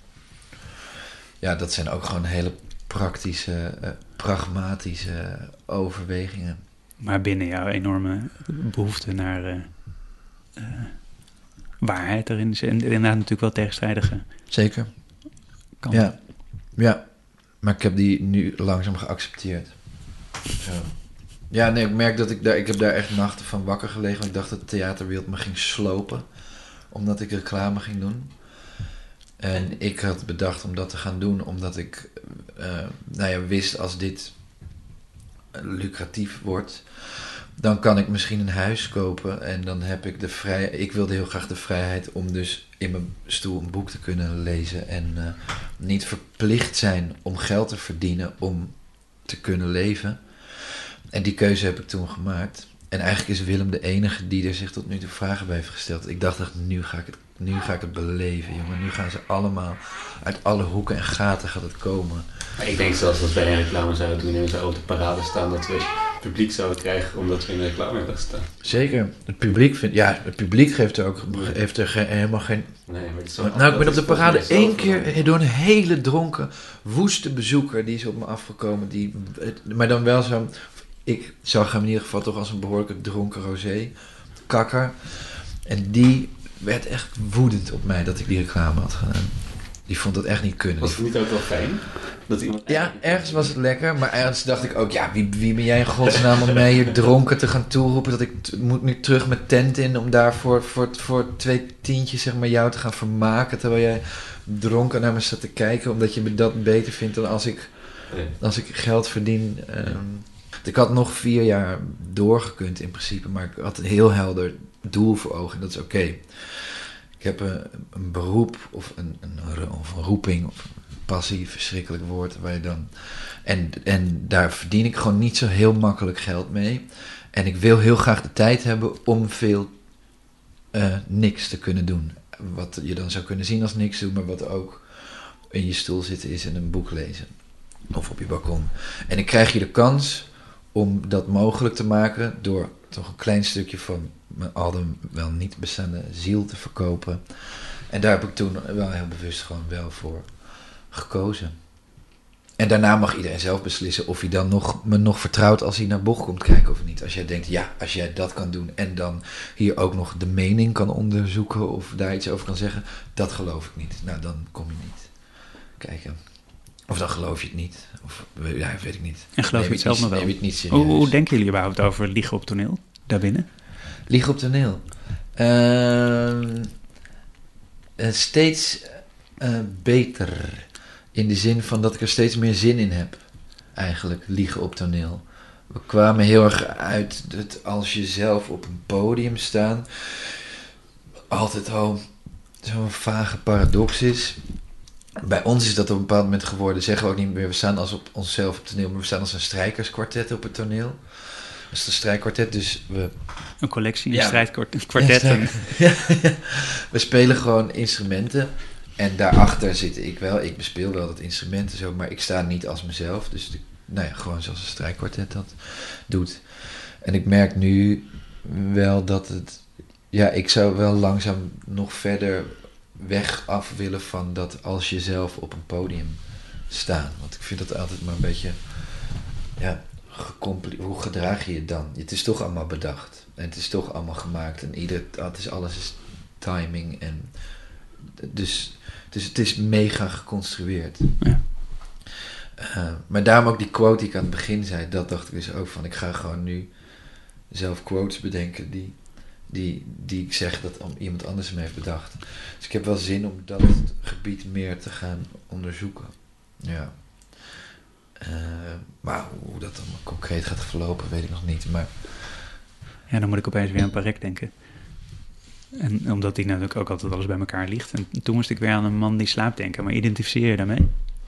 Ja, dat zijn ook gewoon hele praktische, uh, pragmatische overwegingen. Maar binnen jouw enorme behoefte naar uh, uh, waarheid erin is inderdaad natuurlijk wel tegenstrijdige. Zeker. Kanten. Ja. Ja, maar ik heb die nu langzaam geaccepteerd. Zo. Ja, nee, ik merk dat ik daar, ik heb daar echt nachten van wakker gelegen, want ik dacht dat de theaterwereld me ging slopen, omdat ik reclame ging doen. En ik had bedacht om dat te gaan doen, omdat ik uh, nou ja, wist als dit lucratief wordt, dan kan ik misschien een huis kopen en dan heb ik de vrijheid. Ik wilde heel graag de vrijheid om dus in mijn stoel een boek te kunnen lezen en uh, niet verplicht zijn om geld te verdienen om te kunnen leven. En die keuze heb ik toen gemaakt. En eigenlijk is Willem de enige die er zich tot nu toe vragen bij heeft gesteld. Ik dacht echt, nu ga ik het, nu ga ik het beleven, jongen. Nu gaan ze allemaal, uit alle hoeken en gaten gaat het komen. Maar ik denk zelfs dat wij een reclame zouden doen en zo op de parade staan, dat we publiek zouden krijgen omdat we in de reclame hebben gestaan. Zeker. Het publiek vindt, ja, het publiek geeft er ook heeft er geen, helemaal geen. Nee, maar het is zo nou, ik ben op de parade één keer door een hele dronken, woeste bezoeker die is op me afgekomen, die, maar dan wel zo. Ik zag hem in ieder geval toch als een behoorlijke dronken rosé, kakker. En die werd echt woedend op mij dat ik die reclame had gedaan. Die vond dat echt niet kunnen. Was het niet ook wel fijn? Dat iemand... Ja, ergens was het lekker. Maar ergens dacht ik ook, ja, wie, wie ben jij in godsnaam om mij hier dronken te gaan toeroepen? Dat ik t- moet nu terug met tent in om daar voor, voor, voor twee tientjes zeg maar jou te gaan vermaken. Terwijl jij dronken naar me staat te kijken. Omdat je me dat beter vindt dan als ik, Nee. als ik geld verdien. Um, ik had nog vier jaar doorgekund in principe. Maar ik had een heel helder doel voor ogen. En dat is oké. Okay. Ik heb een, een beroep of een, een, of een roeping of een passie, verschrikkelijk woord, waar je dan en, en daar verdien ik gewoon niet zo heel makkelijk geld mee. En ik wil heel graag de tijd hebben om veel uh, niks te kunnen doen. Wat je dan zou kunnen zien als niks doen, maar wat ook in je stoel zitten is en een boek lezen. Of op je balkon. En ik krijg hier de kans om dat mogelijk te maken door toch een klein stukje van mijn al dan wel niet bestaande ziel te verkopen. En daar heb ik toen wel heel bewust gewoon wel voor gekozen. En daarna mag iedereen zelf beslissen of hij dan nog, me nog vertrouwt als hij naar Boch komt kijken of niet. Als jij denkt, ja, als jij dat kan doen en dan hier ook nog de mening kan onderzoeken of daar iets over kan zeggen, dat geloof ik niet. Nou, dan kom je niet kijken. Of dan geloof je het niet. Of ja, weet ik niet. En geloof je het zelf nog wel? Neem je het niet serieus. Hoe, hoe denken jullie überhaupt over liegen op toneel? Daarbinnen? Liegen op toneel? Uh, uh, steeds uh, beter. In de zin van dat ik er steeds meer zin in heb. Eigenlijk, liegen op toneel. We kwamen heel erg uit dat als je zelf op een podium staat, altijd al zo'n vage paradox is. Bij ons is dat op een bepaald moment geworden, zeggen we ook niet meer, we staan als op onszelf op toneel, maar we staan als een strijkerskwartet op het toneel. Dat is een strijkkwartet, dus we... Een collectie, een ja. strijdkwartet. Ja, ja, ja. We spelen gewoon instrumenten en daarachter zit ik wel, ik bespeel wel dat instrument en zo, maar ik sta niet als mezelf. Dus de, nou ja, gewoon zoals een strijkkwartet dat doet. En ik merk nu wel dat het, ja, ik zou wel langzaam nog verder weg af willen van dat als je zelf op een podium staat. Want ik vind dat altijd maar een beetje, ja, gecompli- hoe gedraag je je dan? Het is toch allemaal bedacht. En het is toch allemaal gemaakt. En ieder, het is, alles is timing. En dus, dus het is mega geconstrueerd. Ja. Uh, maar daarom ook die quote die ik aan het begin zei, dat dacht ik dus ook van, ik ga gewoon nu zelf quotes bedenken die Die, die ik zeg dat iemand anders me heeft bedacht. Dus ik heb wel zin om dat gebied meer te gaan onderzoeken. Ja. Uh, maar hoe dat dan concreet gaat verlopen, weet ik nog niet. Maar ja, dan moet ik opeens weer aan Parek denken. En omdat die natuurlijk ook altijd alles bij elkaar ligt. En toen moest ik weer aan een man die slaapt denken. Maar identificeer je daarmee?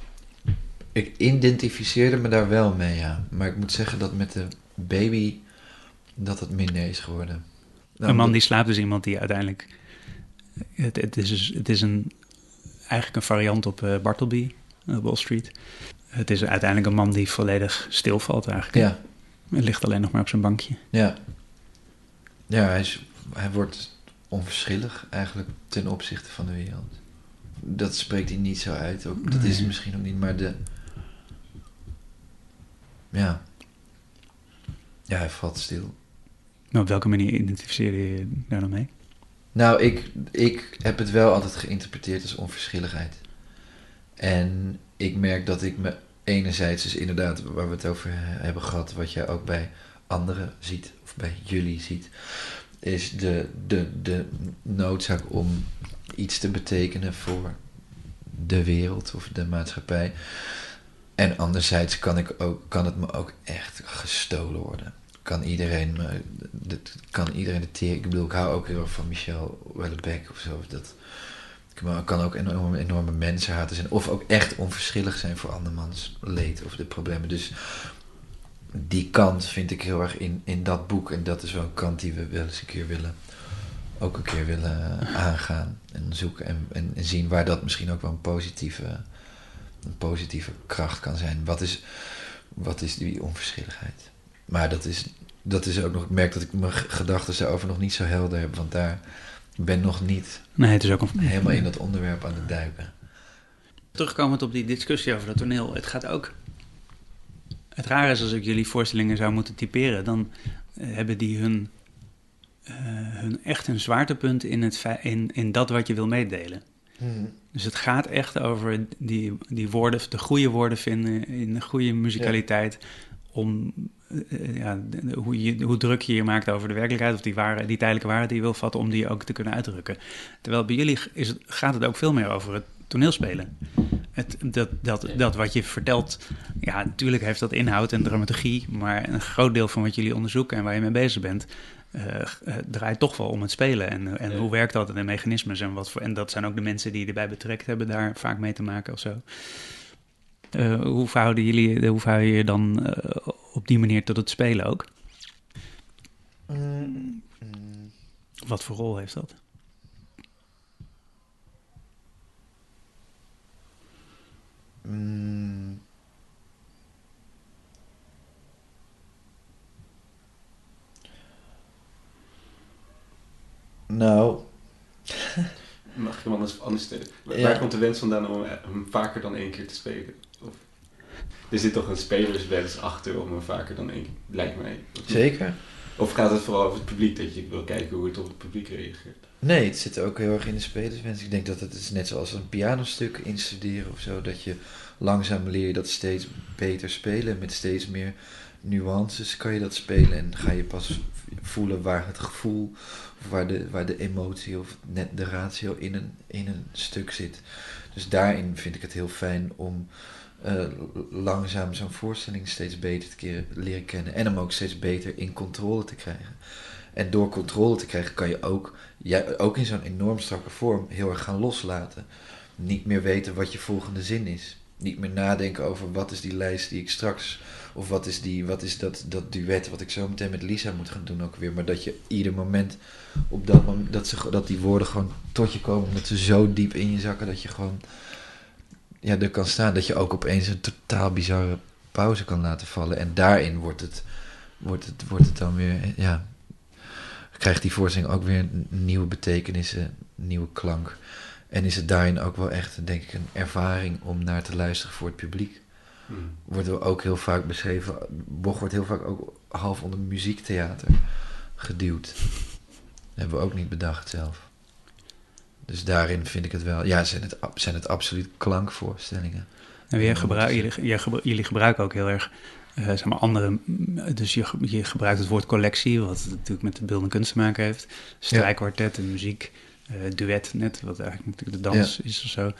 Ik identificeerde me daar wel mee, ja. Maar ik moet zeggen dat met de baby dat het minder is geworden. Nou, een man die slaapt is iemand die uiteindelijk... Het, het, is, het is een, eigenlijk een variant op uh, Bartleby, uh, Wall Street. Het is uiteindelijk een man die volledig stilvalt eigenlijk. Ja. Hij ligt alleen nog maar op zijn bankje. Ja. Ja, hij, is, hij wordt onverschillig eigenlijk ten opzichte van de wereld. Dat spreekt hij niet zo uit. Ook, dat is het misschien ook niet, maar de... Ja. Ja, hij valt stil. Maar op welke manier identificeer je je daar dan mee? Nou, ik, ik heb het wel altijd geïnterpreteerd als onverschilligheid. En ik merk dat ik me enerzijds, dus inderdaad, waar we het over hebben gehad, wat jij ook bij anderen ziet, of bij jullie ziet, is de, de, de noodzaak om iets te betekenen voor de wereld of de maatschappij. En anderzijds kan, ik ook, kan het me ook echt gestolen worden. Kan iedereen me, dat kan iedereen de tering. Ik bedoel, ik hou ook heel erg van Michel Houellebecq of zo. Dat kan ook enorme, enorme mensenhater zijn. Of ook echt onverschillig zijn voor andermans leed of de problemen. Dus die kant vind ik heel erg in, in dat boek. En dat is wel een kant die we wel eens een keer willen, ook een keer willen aangaan. En zoeken en, en, en zien waar dat misschien ook wel een positieve, een positieve kracht kan zijn. Wat is, wat is die onverschilligheid? Maar dat is, dat is ook nog... Ik merk dat ik mijn gedachten daarover nog niet zo helder heb. Want daar ben nog niet nee, het is ook een... helemaal in dat onderwerp aan het duiken. Terugkomend op die discussie over het toneel. Het gaat ook... Het rare is, als ik jullie voorstellingen zou moeten typeren, dan uh, hebben die hun, uh, hun echt een zwaartepunt in, het fe- in, in dat wat je wil meedelen. Hmm. Dus het gaat echt over die, die woorden, de goede woorden vinden in de goede muzikaliteit. Ja. Om uh, ja, de, hoe, je, hoe druk je je maakt over de werkelijkheid, of die, ware, die tijdelijke waarheid die je wil vatten, om die ook te kunnen uitdrukken. Terwijl bij jullie is het, gaat het ook veel meer over het toneelspelen. Het, dat, dat, dat wat je vertelt, ja, natuurlijk heeft dat inhoud en dramaturgie, maar een groot deel van wat jullie onderzoeken en waar je mee bezig bent, uh, uh, draait toch wel om het spelen. En, en ja. hoe werkt dat en de mechanismes en wat voor. En dat zijn ook de mensen die je erbij betrekt hebben daar vaak mee te maken of zo. Uh, hoe verhouden jullie, hoe verhouden je je dan uh, op die manier tot het spelen ook? Mm. Wat voor rol heeft dat? Mm. Nou. Mag ik hem anders, anders stellen? Waar, ja. waar komt de wens vandaan om hem vaker dan één keer te spelen? Of, er zit toch een spelerswens achter om hem vaker dan één keer, lijkt mij. Of Zeker. Of gaat het vooral over het publiek, dat je wil kijken hoe het op het publiek reageert? Nee, het zit ook heel erg in de spelerswens. Ik denk dat het is net zoals een pianostuk instuderen of zo, dat je langzaam leer je dat steeds beter spelen. Met steeds meer nuances kan je dat spelen en ga je pas voelen waar het gevoel, of waar de, waar de emotie of net de ratio in een, in een stuk zit. Dus daarin vind ik het heel fijn om uh, langzaam zo'n voorstelling steeds beter te keren, leren kennen en hem ook steeds beter in controle te krijgen. En door controle te krijgen kan je ook, ja, ook in zo'n enorm strakke vorm heel erg gaan loslaten. Niet meer weten wat je volgende zin is. Niet meer nadenken over wat is die lijst die ik straks, of wat is, die, wat is dat, dat duet wat ik zo meteen met Lisa moet gaan doen ook weer. Maar dat je ieder moment op dat moment, dat, ze, dat die woorden gewoon tot je komen, omdat ze zo diep in je zakken dat je gewoon ja, er kan staan. Dat je ook opeens een totaal bizarre pauze kan laten vallen. En daarin wordt het, wordt het, wordt het dan weer, ja, krijgt die voorstelling ook weer nieuwe betekenissen, nieuwe klank. En is het daarin ook wel echt, denk ik, een ervaring om naar te luisteren voor het publiek. Hmm. Wordt er ook heel vaak beschreven, Boch wordt heel vaak ook half onder muziektheater geduwd. Dat hebben we ook niet bedacht zelf. Dus daarin vind ik het wel, ja, zijn het, zijn het absoluut klankvoorstellingen. En jij gebruik, jullie, jij gebru- jullie gebruiken ook heel erg, uh, zeg maar, andere, dus je, je gebruikt het woord collectie, wat natuurlijk met de beeldende kunst te maken heeft. Strijkkwartet en muziek. Uh, duet net, wat eigenlijk natuurlijk de dans ja. is of zo.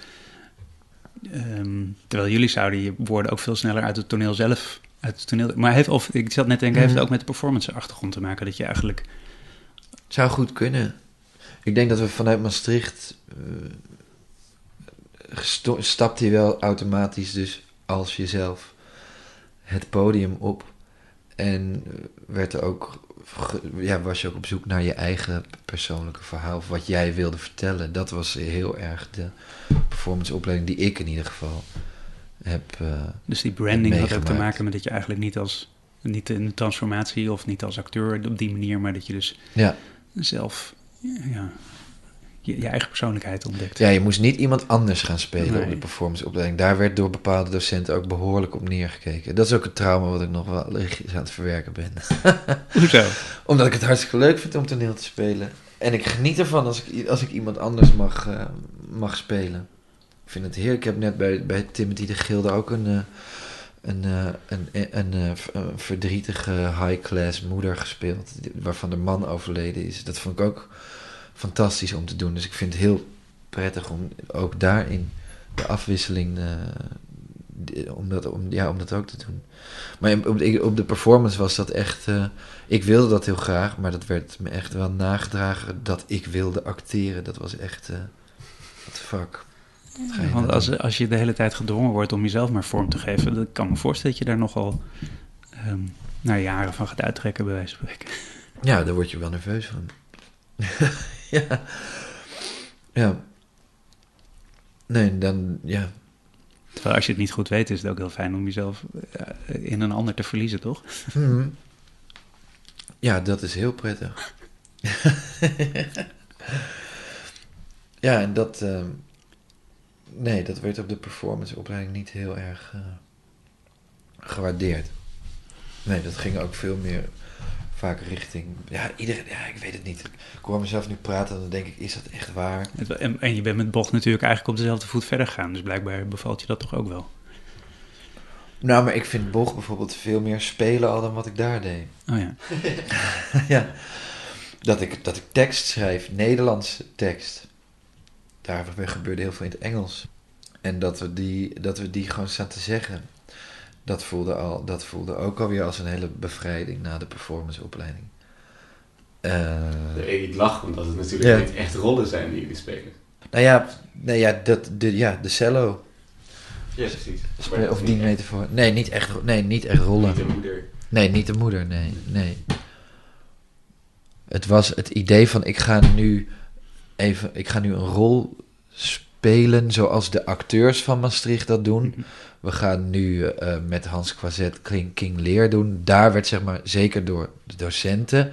Um, terwijl jullie zouden je woorden ook veel sneller uit het toneel zelf, uit het toneel, maar heeft, of ik zat net te denken, mm. heeft het ook met de performance achtergrond te maken, dat je eigenlijk... Zou goed kunnen. Ik denk dat we vanuit Maastricht uh, gesto- stapt hij wel automatisch dus als jezelf het podium op en werd er ook ja, was je ook op zoek naar je eigen persoonlijke verhaal, of wat jij wilde vertellen. Dat was heel erg de performanceopleiding die ik in ieder geval heb uh, Dus die branding had ook te maken met dat je eigenlijk niet als Niet in de transformatie of niet als acteur op die manier, maar dat je dus Ja. zelf ja, je, je eigen persoonlijkheid ontdekt. Ja, je moest niet iemand anders gaan spelen Nee. op de performanceopleiding. Daar werd door bepaalde docenten ook behoorlijk op neergekeken. Dat is ook een trauma wat ik nog wel lichtjes aan het verwerken ben. Hoezo? Omdat ik het hartstikke leuk vind om toneel te spelen. En ik geniet ervan als ik, als ik iemand anders mag, uh, mag spelen. Ik vind het heerlijk. Ik heb net bij, bij Timothy de Gilde ook een, uh, een, uh, een, een, een, uh, een verdrietige high-class moeder gespeeld. Waarvan de man overleden is. Dat vond ik ook fantastisch om te doen. Dus ik vind het heel prettig om ook daarin de afwisseling... Uh, om, dat, om, ja, om dat ook te doen. Maar op, op de performance was dat echt... Uh, ik wilde dat heel graag, maar dat werd me echt wel nagedragen dat ik wilde acteren. Dat was echt... Uh, what the fuck. Wat ga je Want nou als, doen? als je de hele tijd gedwongen wordt om jezelf maar vorm te geven... dan kan ik me voorstellen dat je daar nogal um, naar jaren van gaat uittrekken, bij wijze van spreken. Ja, daar word je wel nerveus van. ja. Ja. Nee, dan... Ja. Terwijl als je het niet goed weet, is het ook heel fijn om jezelf uh, in een ander te verliezen, toch? Mm-hmm. Ja, dat is heel prettig. ja, en dat... Uh, nee, dat werd op de performanceopleiding niet heel erg uh, gewaardeerd. Nee, dat ging ook veel meer vaak richting... Ja, iedereen... Ja, ik weet het niet. Ik hoor mezelf nu praten en dan denk ik, is dat echt waar? En, en je bent met Boch natuurlijk eigenlijk op dezelfde voet verder gegaan. Dus blijkbaar bevalt je dat toch ook wel? Nou, maar ik vind Boch bijvoorbeeld veel meer spelen al dan wat ik daar deed. Oh ja. ja. Dat ik, dat ik tekst schrijf, Nederlandse tekst. Daar gebeurde heel veel in het Engels. En dat we die, dat we die gewoon staan te zeggen. Dat voelde, al, dat voelde ook alweer als een hele bevrijding na de performanceopleiding. Uh, de Edith lacht, omdat het natuurlijk ja. niet echt rollen zijn die jullie spelen. Nou ja, nou ja, dat, de, ja de cello. Ja, precies. Spelen, of die metafoor. Nee, niet echt, nee, niet echt rollen. Niet de moeder. Nee, niet de moeder, nee, nee. Het was het idee van, ik ga nu even, ik ga nu een rol spelen zoals de acteurs van Maastricht dat doen. We gaan nu uh, met Hans Croiset King, King Lear doen. Daar werd zeg maar, zeker door de docenten,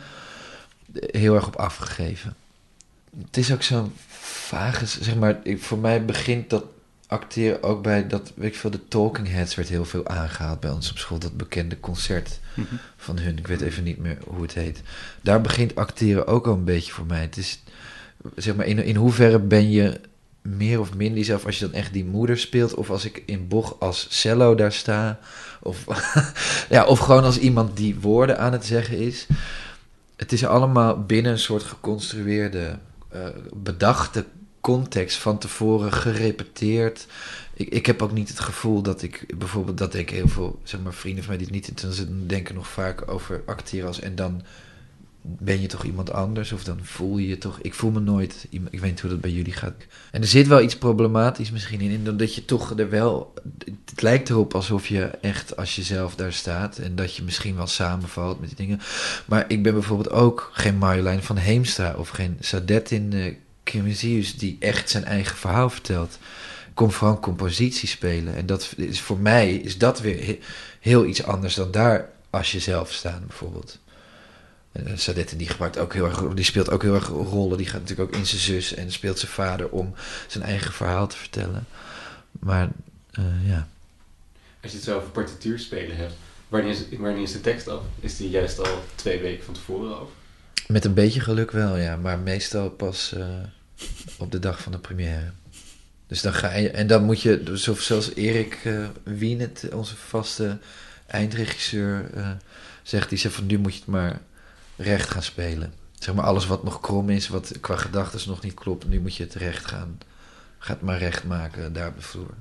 heel erg op afgegeven. Het is ook zo'n vage, zeg maar, ik, voor mij begint dat acteren ook bij dat, weet ik veel, de Talking Heads werd heel veel aangehaald bij ons op school, dat bekende concert mm-hmm. van hun, ik weet even niet meer hoe het heet. Daar begint acteren ook al een beetje voor mij. Het is, zeg maar, in, in hoeverre ben je meer of minder jezelf als je dan echt die moeder speelt, of als ik in Boch als cello daar sta, of, ja, of gewoon als iemand die woorden aan het zeggen is. Het is allemaal binnen een soort geconstrueerde, uh, bedachte context van tevoren gerepeteerd. Ik, ik heb ook niet het gevoel dat ik bijvoorbeeld, dat ik heel veel, zeg maar, vrienden van mij die het niet in denken nog vaak over acteren als, en dan ben je toch iemand anders, of dan voel je je toch, ik voel me nooit, ik weet niet hoe dat bij jullie gaat. En er zit wel iets problematisch misschien in, in dat je toch er wel, het lijkt erop alsof je echt als jezelf daar staat, en dat je misschien wel samenvalt met die dingen. Maar ik ben bijvoorbeeld ook geen Marjolein van Heemstra, of geen Sadetin uh, Kirmizius, die echt zijn eigen verhaal vertelt. Ik kom vooral compositie spelen. En dat is voor mij, is dat weer he, heel iets anders dan daar als je zelf staat, bijvoorbeeld. Uh, Sadetin die gebruikt ook heel erg, die speelt ook heel erg rollen. Die gaat natuurlijk ook in zijn zus en speelt zijn vader om zijn eigen verhaal te vertellen. Maar uh, ja. Als je het zo over partituur spelen hebt, wanneer is, wanneer is de tekst af? Is die juist al twee weken van tevoren af? Met een beetje geluk wel, ja. Maar meestal pas uh, op de dag van de première. Dus dan ga je, en dan moet je, zoals Erik uh, Wienet, onze vaste eindregisseur, uh, zegt, die zegt van nu moet je het maar recht gaan spelen. Zeg maar alles wat nog krom is, wat qua gedachten nog niet klopt, nu moet je het recht gaan. Ga het maar recht maken daar op de vloer.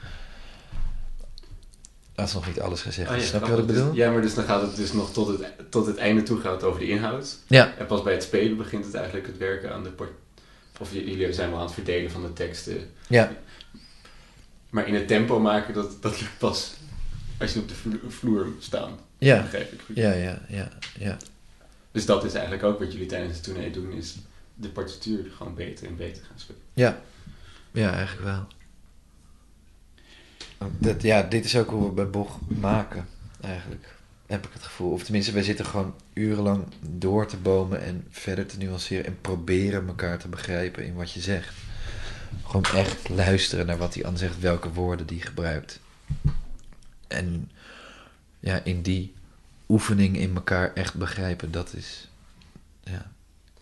Dat is nog niet alles gezegd. Oh ja, snap je wat ik bedoel? Dus, ja, maar dus dan gaat het dus nog tot het, tot het einde toe gaat over de inhoud. Ja. En pas bij het spelen begint het eigenlijk het werken aan de port. Of jullie zijn wel aan het verdelen van de teksten. Ja. Maar in het tempo maken, dat, dat lukt pas als je op de vloer staan. Ja. Begrijp ik goed. Ja, ja, ja, ja. Dus dat is eigenlijk ook wat jullie tijdens de tournee doen, is de partituur gewoon beter en beter gaan spelen. Ja. Ja, eigenlijk wel. Dat, ja, dit is ook hoe we bij Boch maken, eigenlijk. heb ik het gevoel. Of tenminste, wij zitten gewoon urenlang door te bomen en verder te nuanceren en proberen elkaar te begrijpen in wat je zegt. Gewoon echt luisteren naar wat die ander zegt, welke woorden die gebruikt. En ja, in die oefening in elkaar echt begrijpen, dat is, ja.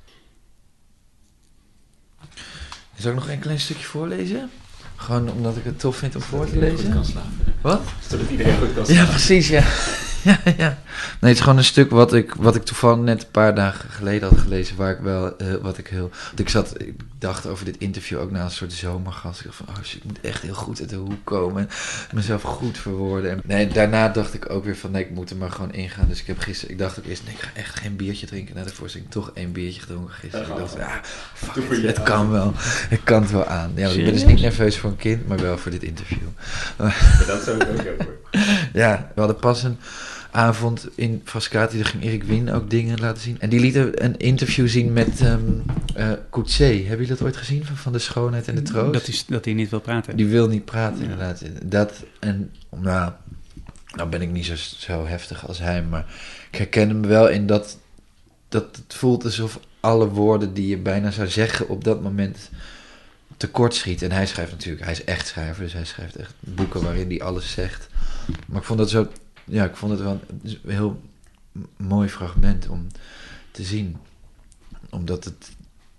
Zal ik nog een klein stukje voorlezen? Gewoon omdat ik het tof vind om voor te lezen? Kan slapen. Wat? Zodat iedereen goed kan slapen. Ja, precies, ja. ja, ja. Nee, het is gewoon een stuk wat ik, wat ik toevallig net een paar dagen geleden had gelezen, waar ik wel, uh, wat ik heel... Want ik zat, ik dacht over dit interview ook na een soort zomergast. Ik dacht van, oh shit, ik moet echt heel goed uit de hoek komen en mezelf goed verwoorden. En nee, daarna dacht ik ook weer van, nee, ik moet er maar gewoon ingaan. Dus ik heb gisteren, ik dacht ook eerst, nee, ik ga echt geen biertje drinken na de voorstelling. Toch één biertje gedronken gisteren. Ja, ik dacht, ja, fuck it, het kan wel. Ik kan het wel aan. Ja, ik ben dus niet nerveus voor een kind, maar wel voor dit interview. Maar dat zou ik ook hebben. Ja, we hadden pas een avond in Frascati, daar ging Erik Wien ook dingen laten zien. En die lieten een interview zien met um, uh, Coetzee. Hebben jullie dat ooit gezien, van, van De Schoonheid en de Troost? Dat hij, dat hij niet wil praten. Die wil niet praten, ja. Inderdaad. Dat, en nou, nou ben ik niet zo, zo heftig als hij, maar ik herken hem wel in dat, dat het voelt alsof alle woorden die je bijna zou zeggen op dat moment tekort schiet. En hij schrijft natuurlijk, hij is echt schrijver, dus hij schrijft echt boeken waarin hij alles zegt. Maar ik vond dat zo, ja, ik vond het wel een heel mooi fragment om te zien. Omdat het,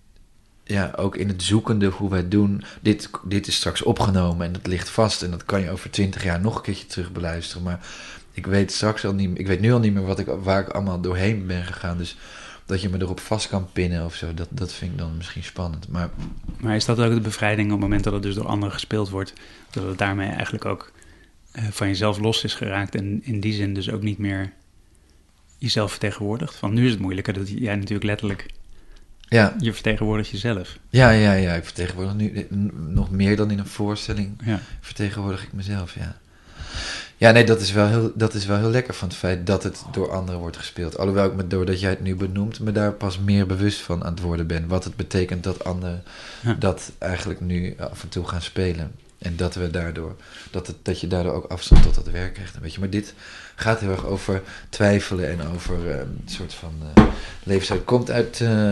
ja, ook in het zoekende hoe wij doen, dit, dit is straks opgenomen en het ligt vast en dat kan je over twintig jaar nog een keertje terug beluisteren. Maar ik weet straks al niet, ik weet nu al niet meer wat ik, waar ik allemaal doorheen ben gegaan, dus dat je me erop vast kan pinnen of zo, dat, dat vind ik dan misschien spannend. Maar, maar is dat ook de bevrijding op het moment dat het dus door anderen gespeeld wordt, dat het daarmee eigenlijk ook uh, van jezelf los is geraakt en in die zin dus ook niet meer jezelf vertegenwoordigt? Want nu is het moeilijker dat jij natuurlijk letterlijk, ja, je vertegenwoordigt jezelf. Ja, ja, ja, ik vertegenwoordig nu nog meer dan in een voorstelling, ja. vertegenwoordig ik mezelf, ja. Ja, nee, dat is, wel heel, dat is wel heel lekker van het feit dat het door anderen wordt gespeeld. Alhoewel ik me, doordat jij het nu benoemt, me daar pas meer bewust van aan het worden ben. Wat het betekent dat anderen ja. dat eigenlijk nu af en toe gaan spelen. En dat we daardoor, dat, het, dat je daardoor ook afstand tot dat werk krijgt. Weet je. Maar dit gaat heel erg over twijfelen en over uh, een soort van uh, levenshoud. Het komt uit, uh,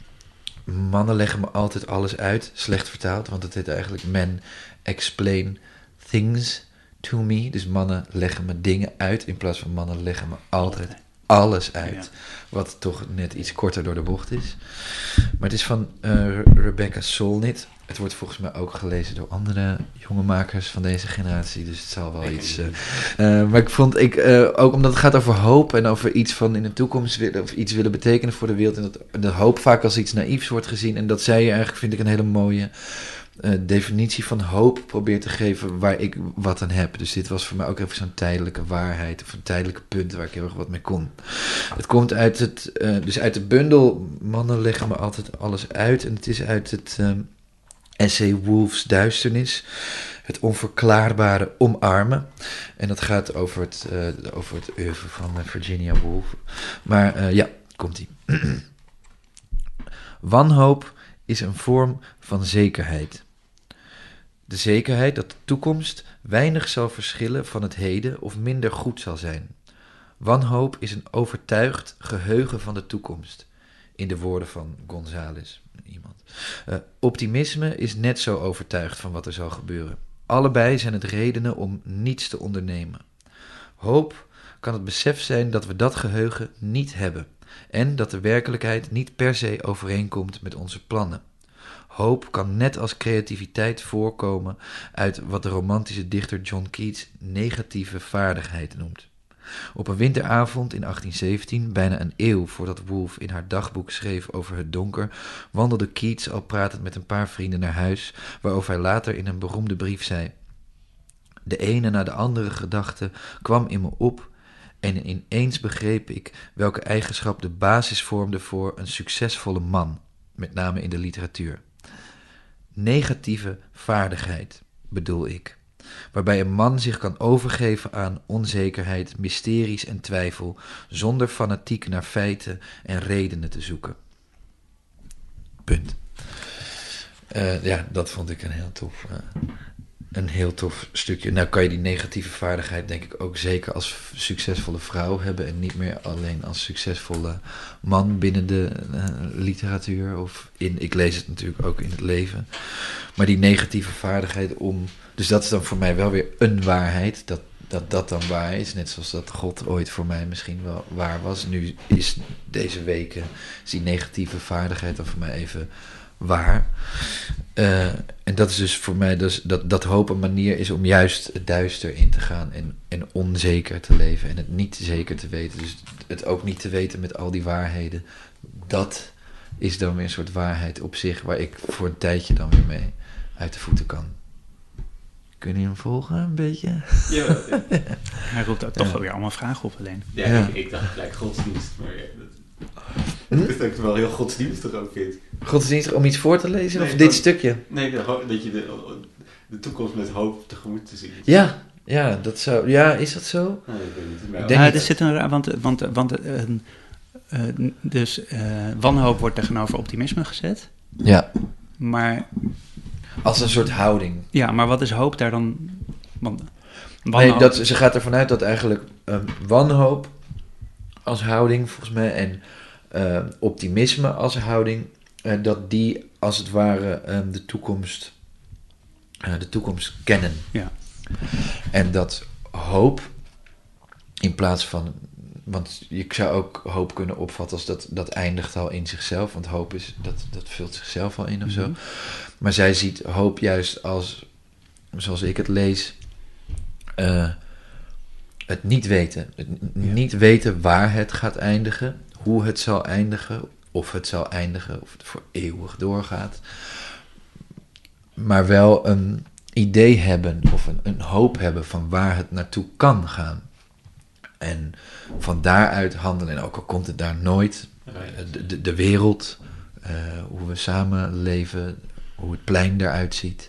mannen leggen me altijd alles uit, slecht vertaald. Want het heet eigenlijk Men Explain Things to me, dus mannen leggen me dingen uit in plaats van mannen leggen me altijd alles uit, ja. Wat toch net iets korter door de bocht is. Maar het is van uh, Rebecca Solnit. Het wordt volgens mij ook gelezen door andere jonge makers van deze generatie, dus het zal wel iets... Uh, uh, maar ik vond, ik, uh, ook omdat het gaat over hoop en over iets van in de toekomst willen, of iets willen betekenen voor de wereld, en dat de hoop vaak als iets naïefs wordt gezien, en dat zij eigenlijk, vind ik, een hele mooie Uh, definitie van hoop probeert te geven waar ik wat aan heb. Dus dit was voor mij ook even zo'n tijdelijke waarheid, of een tijdelijke punt waar ik heel erg wat mee kon. Het komt uit het, uh, dus uit de bundel Mannen leggen me altijd alles uit, en het is uit het um, essay Wolf's Duisternis, het onverklaarbare omarmen. En dat gaat over het, uh, over het oeuvre van uh, Virginia Woolf. Maar uh, ja, komt-ie. Wanhoop is een vorm van zekerheid. De zekerheid dat de toekomst weinig zal verschillen van het heden of minder goed zal zijn. Wanhoop is een overtuigd geheugen van de toekomst. In de woorden van González, iemand. Uh, optimisme is net zo overtuigd van wat er zal gebeuren. Allebei zijn het redenen om niets te ondernemen. Hoop kan het besef zijn dat we dat geheugen niet hebben en dat de werkelijkheid niet per se overeenkomt met onze plannen. Hoop kan net als creativiteit voorkomen uit wat de romantische dichter John Keats negatieve vaardigheid noemt. Op een winteravond in achttien zeventien, bijna een eeuw voordat Woolf in haar dagboek schreef over het donker, wandelde Keats al pratend met een paar vrienden naar huis, waarover hij later in een beroemde brief zei: de ene na de andere gedachte kwam in me op en ineens begreep ik welke eigenschap de basis vormde voor een succesvolle man, met name in de literatuur. Negatieve vaardigheid, bedoel ik, waarbij een man zich kan overgeven aan onzekerheid, mysteries en twijfel, zonder fanatiek naar feiten en redenen te zoeken. Punt. Uh, ja, dat vond ik een heel tof, uh, een heel tof stukje. Nou kan je die negatieve vaardigheid denk ik ook zeker als succesvolle vrouw hebben en niet meer alleen als succesvolle man binnen de uh, literatuur of in, ik lees het natuurlijk ook in het leven. Maar die negatieve vaardigheid om, dus dat is dan voor mij wel weer een waarheid, dat dat, dat dan waar is, net zoals dat God ooit voor mij misschien wel waar was. Nu is deze weken, is die negatieve vaardigheid dan voor mij even waar. Uh, en dat is dus voor mij dus dat, dat hoop een manier is om juist het duister in te gaan en, en onzeker te leven en het niet zeker te weten. Dus het ook niet te weten met al die waarheden. Dat is dan weer een soort waarheid op zich waar ik voor een tijdje dan weer mee uit de voeten kan. Kun je hem volgen een beetje? Ja, ja. Hij roept daar toch ja. wel weer allemaal vragen op alleen. Ja, ja. Ik, ik dacht gelijk godsdienst, maar ja, dat, hm? dat ik het wel heel godsdienstig ook vind. Godsdienstig om iets voor te lezen nee, of dit stukje? Nee, de, dat je de, de toekomst met hoop tegemoet te zien. Ja, ja, dat zou, ja, is dat zo? Nee, ik weet niet. Maar ik denk ja, er zit een raar, want, want, want uh, uh, dus uh, wanhoop wordt tegenover optimisme gezet. Ja. Maar als een soort houding. Ja, maar wat is hoop daar dan? Want, nee, dat, ze gaat ervan uit dat eigenlijk um, wanhoop als houding, volgens mij, en uh, optimisme als houding, uh, dat die als het ware um, de toekomst, uh, de toekomst kennen. Ja. En dat hoop, in plaats van, want je zou ook hoop kunnen opvatten als dat, dat eindigt al in zichzelf, want hoop is, dat, dat vult zichzelf al in of zo. Mm-hmm. Maar zij ziet hoop juist als, zoals ik het lees, uh, het niet weten. Het niet weten waar het gaat eindigen, hoe het zal eindigen, of het zal eindigen, of het voor eeuwig doorgaat. Maar wel een idee hebben, of een, een hoop hebben van waar het naartoe kan gaan. En van daaruit handelen, en ook al komt het daar nooit, de, de, de wereld, uh, hoe we samen leven, hoe het plein eruit ziet.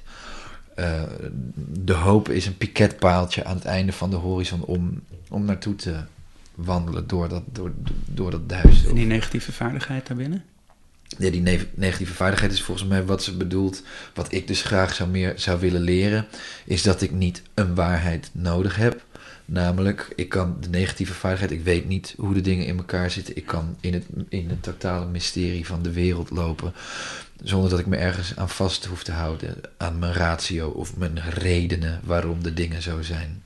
Uh, de hoop is een piketpaaltje aan het einde van de horizon om, om naartoe te wandelen door dat, door, door dat duister. En die negatieve vaardigheid daarbinnen? Ja, die ne- negatieve vaardigheid is volgens mij wat ze bedoelt, wat ik dus graag zou meer zou willen leren, is dat ik niet een waarheid nodig heb. Namelijk, ik kan de negatieve vaardigheid, ik weet niet hoe de dingen in elkaar zitten. Ik kan in het, in het totale mysterie van de wereld lopen, zonder dat ik me ergens aan vast hoef te houden, aan mijn ratio of mijn redenen waarom de dingen zo zijn.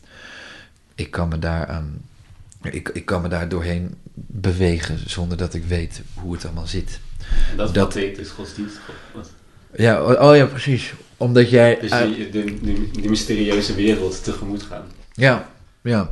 Ik kan me daar aan, ik, ik kan me daar doorheen bewegen, zonder dat ik weet hoe het allemaal zit. En dat, dat betekent dus godsdienstig. Ja, oh, oh ja, precies. Omdat jij... Dus die, de, die, die mysterieuze wereld tegemoet gaan. Ja, ja.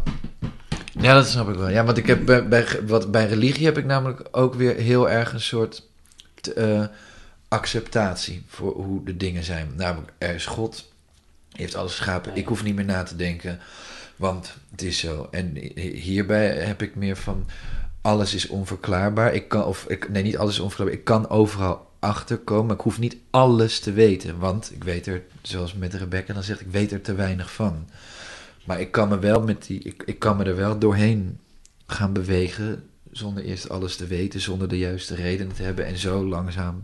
Ja, dat snap ik wel. Ja, want ik heb bij, bij, wat, bij religie heb ik namelijk ook weer heel erg een soort uh, acceptatie voor hoe de dingen zijn. Namelijk, er is God, hij heeft alles geschapen. Ik hoef niet meer na te denken, want het is zo. En hierbij heb ik meer van, alles is onverklaarbaar. Ik kan, of ik, nee, niet alles is onverklaarbaar. Ik kan overal achterkomen, maar ik hoef niet alles te weten. Want ik weet er, zoals met Rebecca dan zegt, ik weet er te weinig van. Maar ik kan me wel met die, ik, ik kan me er wel doorheen gaan bewegen, zonder eerst alles te weten, zonder de juiste redenen te hebben en zo langzaam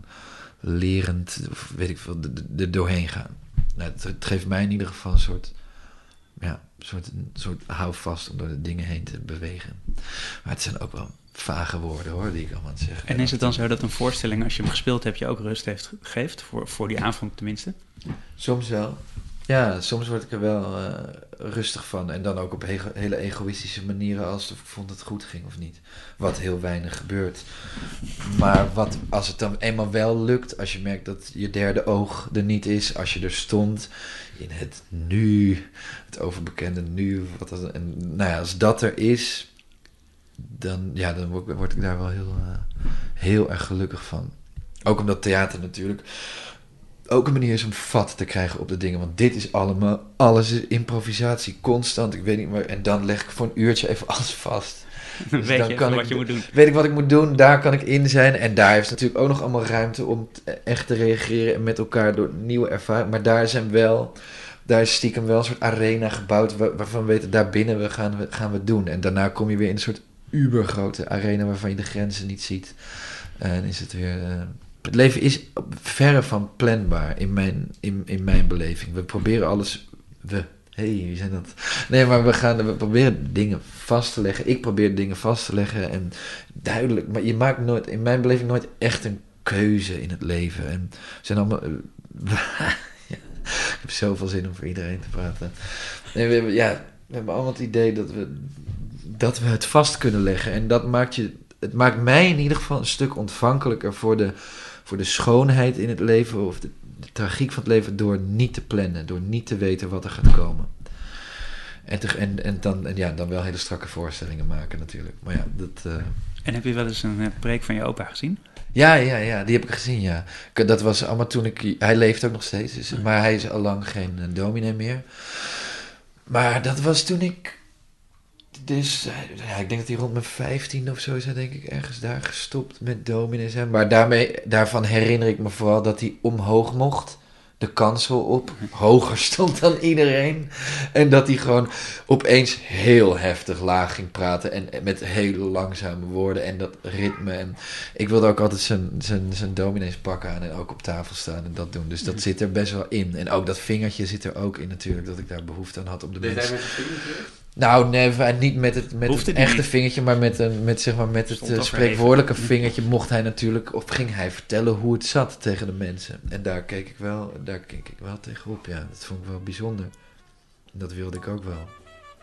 lerend, of weet ik veel, er doorheen gaan. Nou, het, het geeft mij in ieder geval een soort, ja, een soort, een soort houvast om door de dingen heen te bewegen. Maar het zijn ook wel vage woorden hoor, die ik allemaal aan het zeggen ben. En is het dan zo dat een voorstelling, als je hem gespeeld hebt, je ook rust heeft, geeft, voor, voor die avond tenminste? Soms wel. Ja, soms word ik er wel uh, rustig van. En dan ook op he- hele egoïstische manieren, als ik vond het goed ging of niet. Wat heel weinig gebeurt. Maar wat, als het dan eenmaal wel lukt, als je merkt dat je derde oog er niet is, als je er stond in het nu, het overbekende nu, wat dat, en, nou ja, als dat er is, dan, ja, dan word, word ik daar wel heel, uh, heel erg gelukkig van. Ook omdat theater natuurlijk ook een manier is om vat te krijgen op de dingen. Want dit is allemaal, alles is improvisatie, constant. Ik weet niet meer. En dan leg ik voor een uurtje even alles vast. Dus weet dan je kan wat ik, je moet doen. Weet ik wat ik moet doen, daar kan ik in zijn. En daar heeft natuurlijk ook nog allemaal ruimte om echt te reageren en met elkaar door nieuwe ervaringen. Maar daar zijn wel, daar is stiekem wel een soort arena gebouwd waar, waarvan we weten, daar binnen we gaan, we gaan we doen. En daarna kom je weer in een soort ubergrote arena waarvan je de grenzen niet ziet. En is het weer... Uh, Het leven is verre van planbaar in mijn, in, in mijn beleving. We proberen alles We. Hé, hey, wie zijn dat? Nee, maar we gaan we proberen dingen vast te leggen. Ik probeer dingen vast te leggen en duidelijk. Maar je maakt nooit, in mijn beleving, nooit echt een keuze in het leven. En we zijn allemaal... ja, ik heb zoveel zin om voor iedereen te praten. Nee, we hebben, ja, we hebben allemaal het idee dat we, dat we het vast kunnen leggen. En dat maakt je... Het maakt mij in ieder geval een stuk ontvankelijker voor de, voor de schoonheid in het leven... of de, de tragiek van het leven door niet te plannen, door niet te weten wat er gaat komen. En, te, en, en, dan, en ja, dan wel hele strakke voorstellingen maken natuurlijk. Maar ja, dat... Uh... En heb je wel eens een uh, preek van je opa gezien? Ja, ja, ja, die heb ik gezien, ja. Dat was allemaal toen ik... Hij leeft ook nog steeds, dus, maar hij is al lang geen uh, dominee meer. Maar dat was toen ik... Dus ja, ik denk dat hij rond mijn vijftiende of zo is, denk ik, ergens daar gestopt met dominee zijn. Maar daarmee, daarvan herinner ik me vooral dat hij omhoog mocht, de kansel op, hoger stond dan iedereen. En dat hij gewoon opeens heel heftig laag ging praten en met hele langzame woorden en dat ritme. En ik wilde ook altijd zijn, zijn, zijn domineespak aan en ook op tafel staan en dat doen. Dus dat zit er best wel in. En ook dat vingertje zit er ook in natuurlijk, dat ik daar behoefte aan had om de Deed mensen... hij met het vingertje? Nou, nee, niet met het, met het echte niet. vingertje, maar met, een, met, zeg maar, met het uh, spreekwoordelijke vingertje mocht hij natuurlijk, of ging hij vertellen hoe het zat tegen de mensen. En daar keek ik wel, daar keek ik wel tegenop, ja. Dat vond ik wel bijzonder. Dat wilde ik ook wel.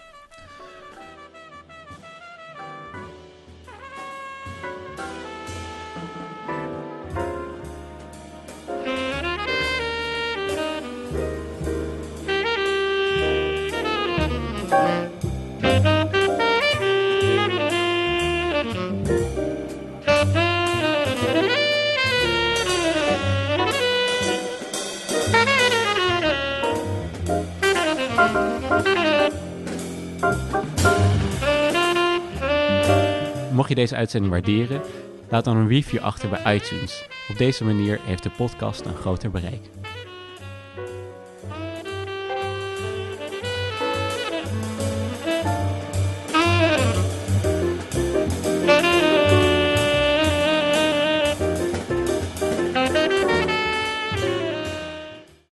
Mocht je deze uitzending waarderen, laat dan een review achter bij iTunes. Op deze manier heeft de podcast een groter bereik.